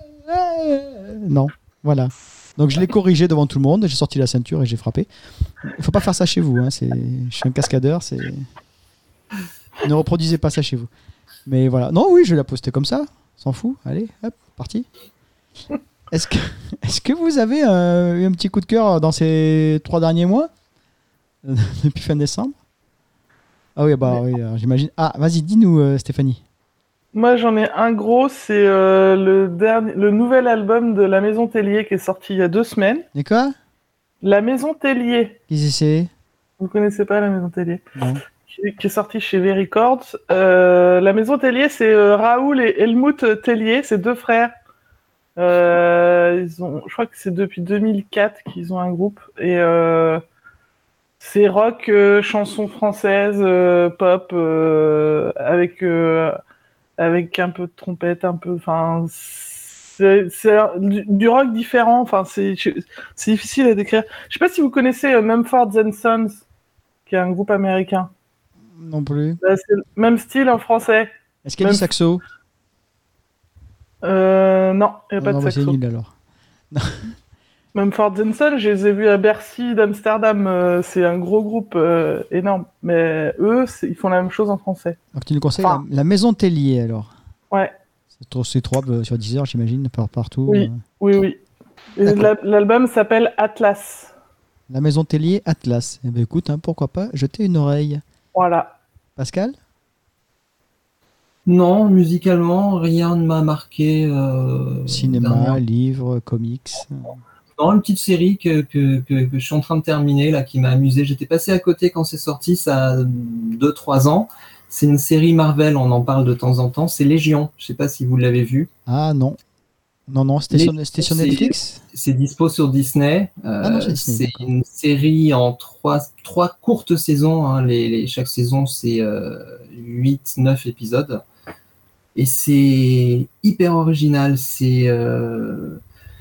euh, non, voilà. Donc je l'ai corrigé devant tout le monde, j'ai sorti la ceinture et j'ai frappé. Il faut pas faire ça chez vous, hein. C'est... je suis un cascadeur, c'est... Ne reproduisez pas ça chez vous. Mais voilà, non, oui, je vais la poster comme ça, s'en fout, allez, hop, parti. Est-ce que, est-ce que vous avez euh, eu un petit coup de cœur dans ces trois derniers mois ? depuis fin décembre. Ah oui, bah oui, alors, j'imagine. Ah, vas-y, dis-nous, euh, Stéphanie. Moi, j'en ai un gros, c'est euh, le, dernier, le nouvel album de La Maison Tellier qui est sorti il y a deux semaines. Et quoi? La Maison Tellier. Qu'est-ce que c'est? Vous connaissez pas La Maison Tellier? Non. Qui, qui est sorti chez V Records. Euh, La Maison Tellier, c'est euh, Raoul et Helmut Tellier, c'est deux frères. Euh, ils ont, je crois que c'est depuis deux mille quatre qu'ils ont un groupe. Et euh, c'est rock, euh, chanson française, euh, pop, euh, avec... Euh, avec un peu de trompette, un peu, enfin, c'est, c'est du, du rock différent, enfin, c'est, c'est difficile à décrire. Je sais pas si vous connaissez euh, Mumford and Sons, qui est un groupe américain. Non plus. Là, c'est le même style en français. Est-ce qu'il y a Même... du saxo? Euh, non, il n'y a non, pas non, de bah, saxo. c'est nul alors. Mumford and Sons, je les ai vus à Bercy d'Amsterdam, euh, c'est un gros groupe euh, énorme, mais eux, c'est, ils font la même chose en français. Donc tu nous conseilles Enfin, la, la Maison Tellier alors? Ouais. C'est, trop, c'est trois euh, sur dix heures, j'imagine, par, partout. Oui, euh. oui, oui. Et la, l'album s'appelle Atlas. La Maison Tellier, Atlas. Eh ben écoute, hein, pourquoi pas jeter une oreille. Voilà. Pascal? Non, musicalement, rien ne m'a marqué. Euh, Cinéma, dernière... livres, comics. Non, une petite série que, que, que, que je suis en train de terminer, là, qui m'a amusé. J'étais passé à côté quand c'est sorti, ça a deux trois ans. C'est une série Marvel, on en parle de temps en temps. C'est Légion. Je sais pas si vous l'avez vu. Ah non. Non, non, c'était, Les... sur, c'était sur Netflix? C'est, c'est dispo sur Disney. Euh, ah non, c'est Disney, c'est d'accord. une série en trois, trois courtes saisons. Hein. Les, les, chaque saison, c'est euh, huit neuf épisodes. Et c'est hyper original. C'est... Euh...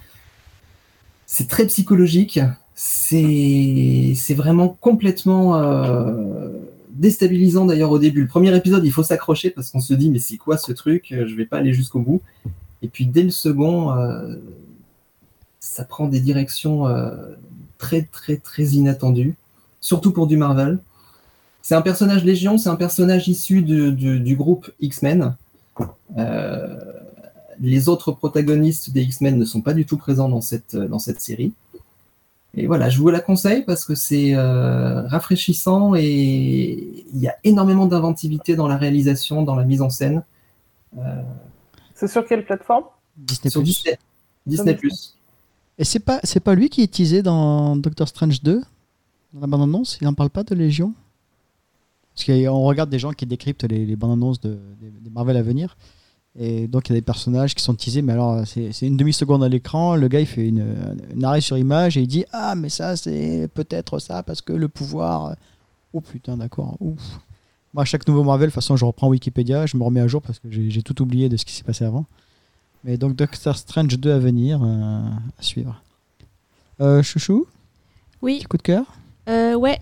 C'est très psychologique, c'est, c'est vraiment complètement euh, déstabilisant d'ailleurs au début. Le premier épisode, il faut s'accrocher parce qu'on se dit mais c'est quoi ce truc? Je vais pas aller jusqu'au bout. Et puis dès le second, euh, ça prend des directions euh, très très très inattendues, surtout pour du Marvel. C'est un personnage Légion, c'est un personnage issu de, de, du groupe X-Men. Euh, Les autres protagonistes des X-Men ne sont pas du tout présents dans cette, dans cette série. Et voilà, je vous la conseille parce que c'est euh, rafraîchissant et il y a énormément d'inventivité dans la réalisation, dans la mise en scène. Euh, c'est sur quelle plateforme? Disney+. Sur Disney+. Disney+. Et c'est pas, c'est pas lui qui est teasé dans Doctor Strange deux? Dans la bande-annonce? Il n'en parle pas de Légion? Parce qu'on regarde des gens qui décryptent les, les bandes-annonces de, des, des Marvel à venir. Et donc il y a des personnages qui sont teasés, mais alors c'est, c'est une demi-seconde à l'écran, le gars il fait une, une arrêt sur image et il dit ah mais ça c'est peut-être ça parce que le pouvoir... Oh putain d'accord, ouf. Moi à chaque nouveau Marvel, de toute façon je reprends Wikipédia, je me remets à jour parce que j'ai, j'ai tout oublié de ce qui s'est passé avant. Mais donc Doctor Strange deux à venir, euh, à suivre. Euh, Chouchou? Oui. Petit coup de cœur? euh, Ouais.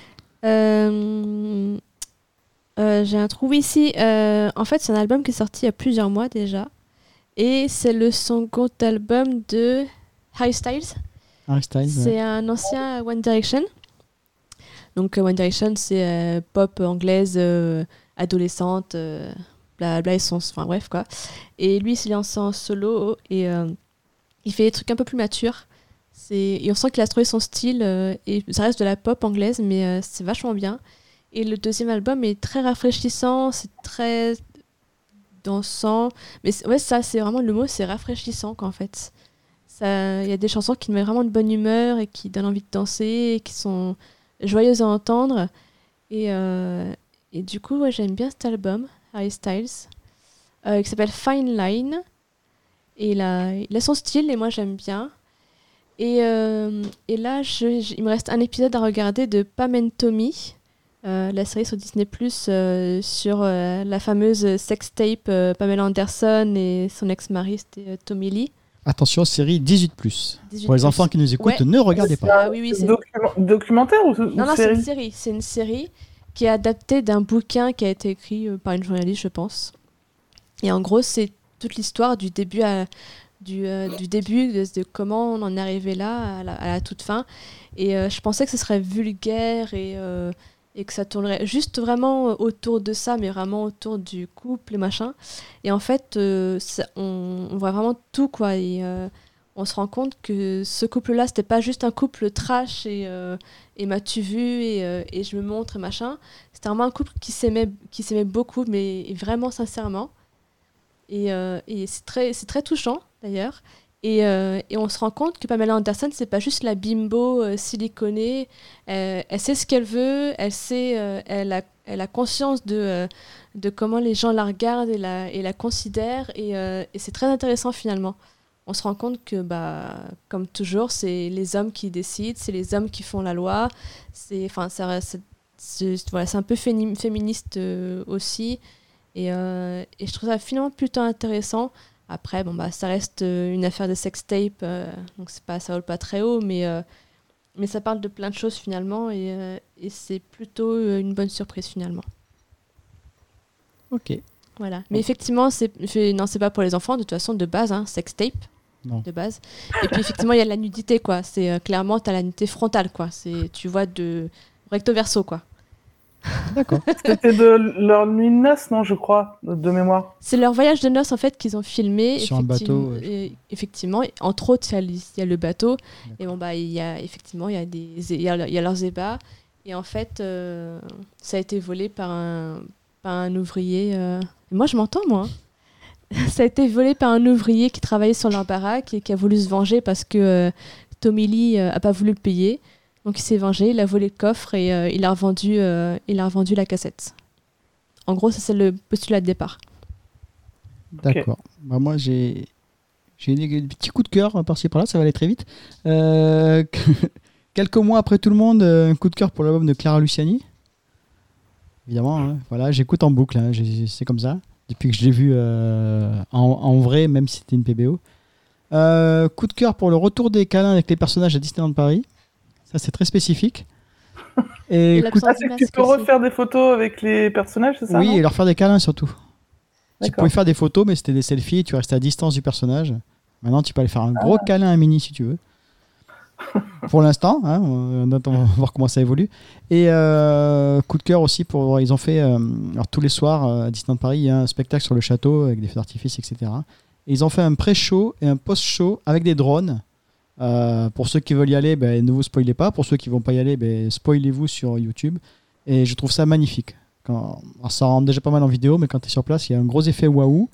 Euh... Euh, j'ai un trou ici. Euh, en fait, c'est un album qui est sorti il y a plusieurs mois déjà. Et c'est le second album de Harry Styles. Harry Styles, c'est ouais. un ancien One Direction. Donc, One Direction, c'est euh, pop anglaise, euh, adolescente, euh, blablabla, enfin bref quoi. Et lui, il s'est lancé en solo et euh, il fait des trucs un peu plus matures. C'est... Et on sent qu'il a trouvé son style. Euh, et ça reste de la pop anglaise, mais euh, c'est vachement bien. Et le deuxième album est très rafraîchissant, c'est très dansant. Mais c'est, ouais, ça, c'est vraiment le mot, c'est rafraîchissant, quoi, en fait. Il y a des chansons qui mettent vraiment de bonne humeur et qui donnent envie de danser, et qui sont joyeuses à entendre. Et, euh, et du coup, ouais, j'aime bien cet album, Harry Styles, euh, qui s'appelle Fine Line. Et il a, il a son style, et moi, j'aime bien. Et, euh, et là, je, je, il me reste un épisode à regarder de Pam and Tommy. Euh, la série sur Disney+, euh, sur euh, la fameuse sextape euh, Pamela Anderson et son ex-mari, c'était euh, Tommy Lee. Attention, série dix-huit plus. dix-huit Pour les plus. enfants qui nous écoutent, Ouais. ne regardez pas. Ah, oui, oui, c'est... Document- documentaire ou, ou Non, non, série? c'est une série. C'est une série qui est adaptée d'un bouquin qui a été écrit euh, par une journaliste, je pense. Et en gros, c'est toute l'histoire du début à... Du, euh, du début, de, de comment on en est arrivé là, à la, à la toute fin. Et euh, je pensais que ce serait vulgaire et... Euh, et que ça tournerait juste vraiment autour de ça, mais vraiment autour du couple et machin. Et en fait, euh, ça, on, on voit vraiment tout, quoi. Et, euh, on se rend compte que ce couple-là, c'était pas juste un couple trash et, euh, et m'as-tu vu et, euh, et je me montre et machin. C'était vraiment un couple qui s'aimait, qui s'aimait beaucoup, mais vraiment sincèrement. Et, euh, et c'est très, c'est très touchant, d'ailleurs. Et, euh, et on se rend compte que Pamela Anderson, c'est pas juste la bimbo euh, siliconée. Elle, elle sait ce qu'elle veut, elle, sait, euh, elle, a, elle a conscience de, euh, de comment les gens la regardent et la, et la considèrent. Et, euh, et c'est très intéressant, finalement. On se rend compte que, bah, comme toujours, c'est les hommes qui décident, c'est les hommes qui font la loi. C'est, enfin, ça, c'est, c'est, voilà, c'est un peu féni- féministe euh, aussi. Et, euh, et je trouve ça finalement plutôt intéressant. Après, bon, bah, ça reste euh, une affaire de sextape, euh, donc c'est pas, ça vole pas très haut, mais, euh, mais ça parle de plein de choses finalement. Et, euh, et c'est plutôt euh, une bonne surprise finalement. Ok. Voilà. Mais effectivement, c'est, c'est- non, c'est pas pour les enfants, de toute façon, de base, hein, sextape. Non. De base. Et puis effectivement, il y a de la nudité, quoi. C'est euh, clairement, t'as la nudité frontale, quoi. C'est, tu vois de recto verso, quoi. D'accord. C'était de leur nuit de noces, non, je crois, de mémoire. C'est leur voyage de noces en fait qu'ils ont filmé. Sur un effectivement- bateau, ouais. et- effectivement, et entre autres, il y a, le- il y a le bateau. Et bon bah il y a effectivement il y a des il y a, il y a leurs ébats. Et en fait, euh, ça a été volé par un par un ouvrier. euh, Moi, je m'entends moi. hein. Ça a été volé par un ouvrier qui travaillait sur leur baraque et qui a voulu se venger parce que euh, Tommy Lee euh, a pas voulu le payer. Donc il s'est vengé, il a volé le coffre et euh, il a revendu euh, il a revendu la cassette. En gros, ça c'est le postulat de départ. D'accord. Bah, moi, j'ai j'ai des, des petits coups de cœur euh, par-ci par-là, ça va aller très vite. Euh, Quelques mois après tout le monde, euh, un coup de cœur pour l'album de Clara Luciani. Évidemment, hein, voilà, j'écoute en boucle, hein, j'ai- c'est comme ça. Depuis que je l'ai vu euh, en, en vrai, même si c'était une P B O. Euh, coup de cœur pour le retour des câlins avec les personnages à Disneyland Paris. Ça, c'est très spécifique. Et, Et coup de- Ah, l'absence c'est du que tu masque peux aussi. refaire des photos avec les personnages, c'est ça? oui, non et leur faire des câlins surtout. Tu D'accord. pouvais faire des photos, mais c'était des selfies et tu restais à distance du personnage. Maintenant, tu peux aller faire un gros Ah. câlin à Minnie si tu veux. Pour l'instant, hein, on attend on va voir comment ça évolue. Et euh, coup de cœur aussi pour ils ont fait euh, alors tous les soirs euh, à Disneyland Paris, il y a un spectacle sur le château avec des feux d'artifice, et cetera. Et ils ont fait un pré-show et un post-show avec des drones. Euh, pour ceux qui veulent y aller, ben, ne vous spoilez pas. Pour ceux qui vont pas y aller, ben, spoilez-vous sur YouTube. Et je trouve ça magnifique. Quand, alors ça rentre déjà pas mal en vidéo, mais quand tu es sur place, il y a un gros effet waouh.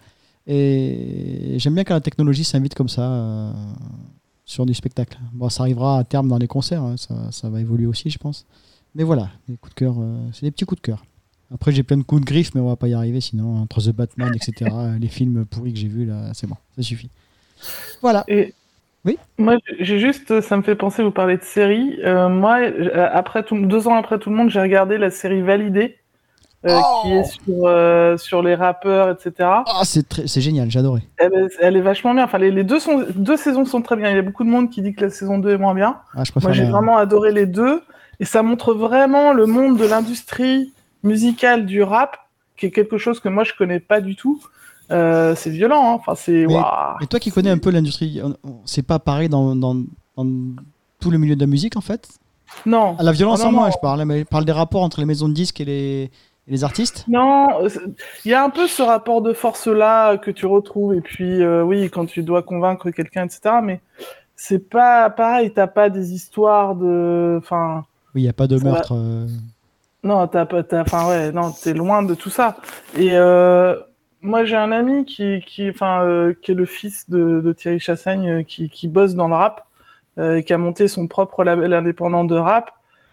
Et j'aime bien quand la technologie s'invite comme ça euh, sur du spectacle. Bon, ça arrivera à terme dans les concerts, hein, ça, ça va évoluer aussi, je pense. Mais voilà, les coups de cœur, euh, c'est des petits coups de cœur. Après, j'ai plein de coups de griffe, mais on va pas y arriver sinon. Entre The Batman, et cetera, les films pourris que j'ai vus, là, c'est bon, ça suffit. Voilà. Et Oui. moi, j'ai juste, ça me fait penser, vous parlez de série. Euh, moi, après tout, deux ans après tout le monde, j'ai regardé la série Validée, euh, Oh qui est sur, euh, sur les rappeurs, et cetera. Ah, c'est, très- c'est génial, j'ai adoré. Elle, est- elle est vachement bien. Enfin, les, les deux, sont, deux saisons sont très bien. Il y a beaucoup de monde qui dit que la saison deux est moins bien. Ah, je préfère Moi, j'ai la- vraiment adoré les deux. Et ça montre vraiment le monde de l'industrie musicale du rap, qui est quelque chose que moi, je connais pas du tout. Euh, c'est violent, hein. Enfin, c'est... Mais- waouh. Et toi qui connais un peu l'industrie, on- on- c'est pas pareil dans, dans, dans tout le milieu de la musique en fait? Non. À la violence Ah, non, en moins, non. je parle, mais je parle des rapports entre les maisons de disques et les, et les artistes. Non, euh, c'est- il y a un peu ce rapport de force-là que tu retrouves. Et puis, euh, oui, quand tu dois convaincre quelqu'un, et cetera. Mais c'est pas pareil. T'as pas des histoires de... Enfin... Oui, il n'y a pas de Ça va. meurtre. euh, Non, t'as pas, t'as, enfin ouais, non, t'es loin de tout ça. Et euh, moi, j'ai un ami qui, qui, enfin, euh, qui est le fils de, de Thierry Chassagne, euh, qui, qui bosse dans le rap, euh, et qui a monté son propre label indépendant de rap.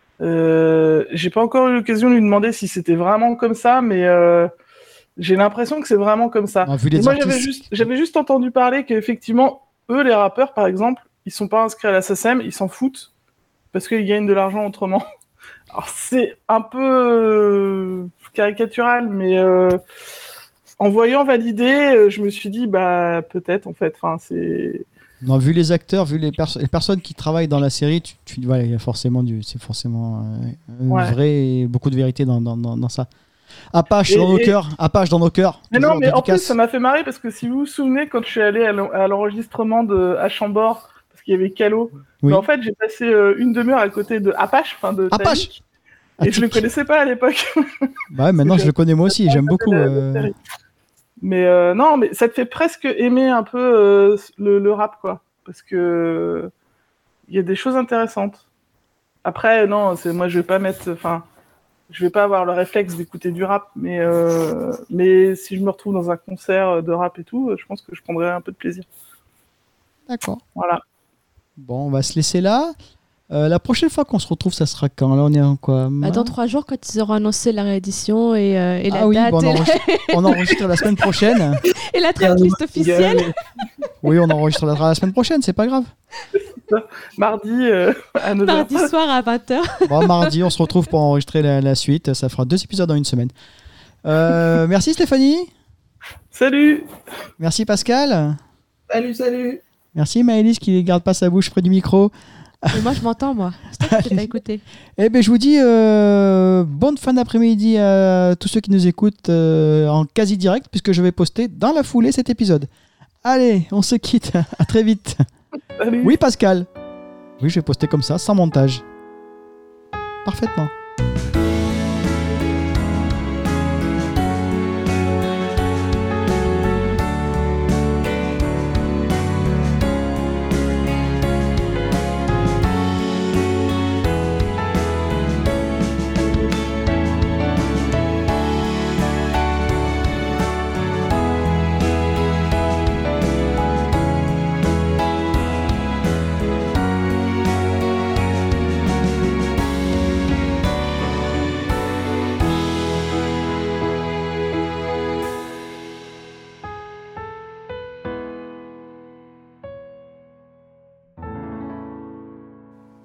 Euh, j'ai pas encore eu l'occasion de lui demander si c'était vraiment comme ça, mais euh, j'ai l'impression que c'est vraiment comme ça. on a vu Et les moi, artistes. j'avais juste, j'avais juste entendu parler qu'effectivement, eux, les rappeurs, par exemple, ils sont pas inscrits à la S A C E M, ils s'en foutent parce qu'ils gagnent de l'argent autrement. Alors, c'est un peu euh, caricatural, mais euh, en voyant Valider, euh, je me suis dit, bah, peut-être, en fait. Enfin, c'est... Non, vu les acteurs, vu les, perso- les personnes qui travaillent dans la série, tu, tu voilà, il y a forcément du, c'est forcément euh, un Ouais. vrai et beaucoup de vérité dans, dans, dans, dans ça. Apache Et- dans nos et- cœurs, Apache dans nos cœurs. Mais non, toujours mais en plus, dédicace. ça m'a fait marrer parce que si vous vous souvenez, quand je suis allé à l'en- à l'enregistrement de à Chambord, parce qu'il y avait Calo, Oui. mais en fait, j'ai passé euh, une demi-heure à côté de Apache, enfin de Apache. Tariq, et je le connaissais pas à l'époque. Bah ouais, maintenant je le connais moi aussi, j'aime beaucoup. La- la euh, série. Mais euh, non, mais ça te fait presque aimer un peu euh, le, le rap, quoi. parce que il y a des choses intéressantes. Après, non, c'est moi, je vais pas mettre, enfin, je vais pas avoir le réflexe d'écouter du rap, mais euh, mais si je me retrouve dans un concert de rap et tout, je pense que je prendrai un peu de plaisir. D'accord. Voilà. Bon, on va se laisser là. Euh, la prochaine fois qu'on se retrouve, ça sera quand? Là, on est en quoi? Bah, dans trois jours, quand ils auront annoncé la réédition et, euh, et la Ah oui, date bon, on, et, enregistre... on enregistre la semaine prochaine. et la tracklist officielle. Oui, on enregistrera la semaine prochaine, c'est pas grave. Mardi euh, à neuf heures. Mardi soir à vingt heures. Bon, mardi, on se retrouve pour enregistrer la, la suite. Ça fera deux épisodes en une semaine. Euh, merci Stéphanie. Salut. Merci Pascal. Salut, salut. Merci Maëlys qui ne garde pas sa bouche près du micro. Et moi, je m'entends, moi. Je t'ai pas écouté. Eh ben, je vous dis euh, bonne fin d'après-midi à tous ceux qui nous écoutent euh, en quasi direct, puisque je vais poster dans la foulée cet épisode. Allez, on se quitte. À très vite. Salut. Oui, Pascal. Oui, je vais poster comme ça, sans montage. Parfaitement.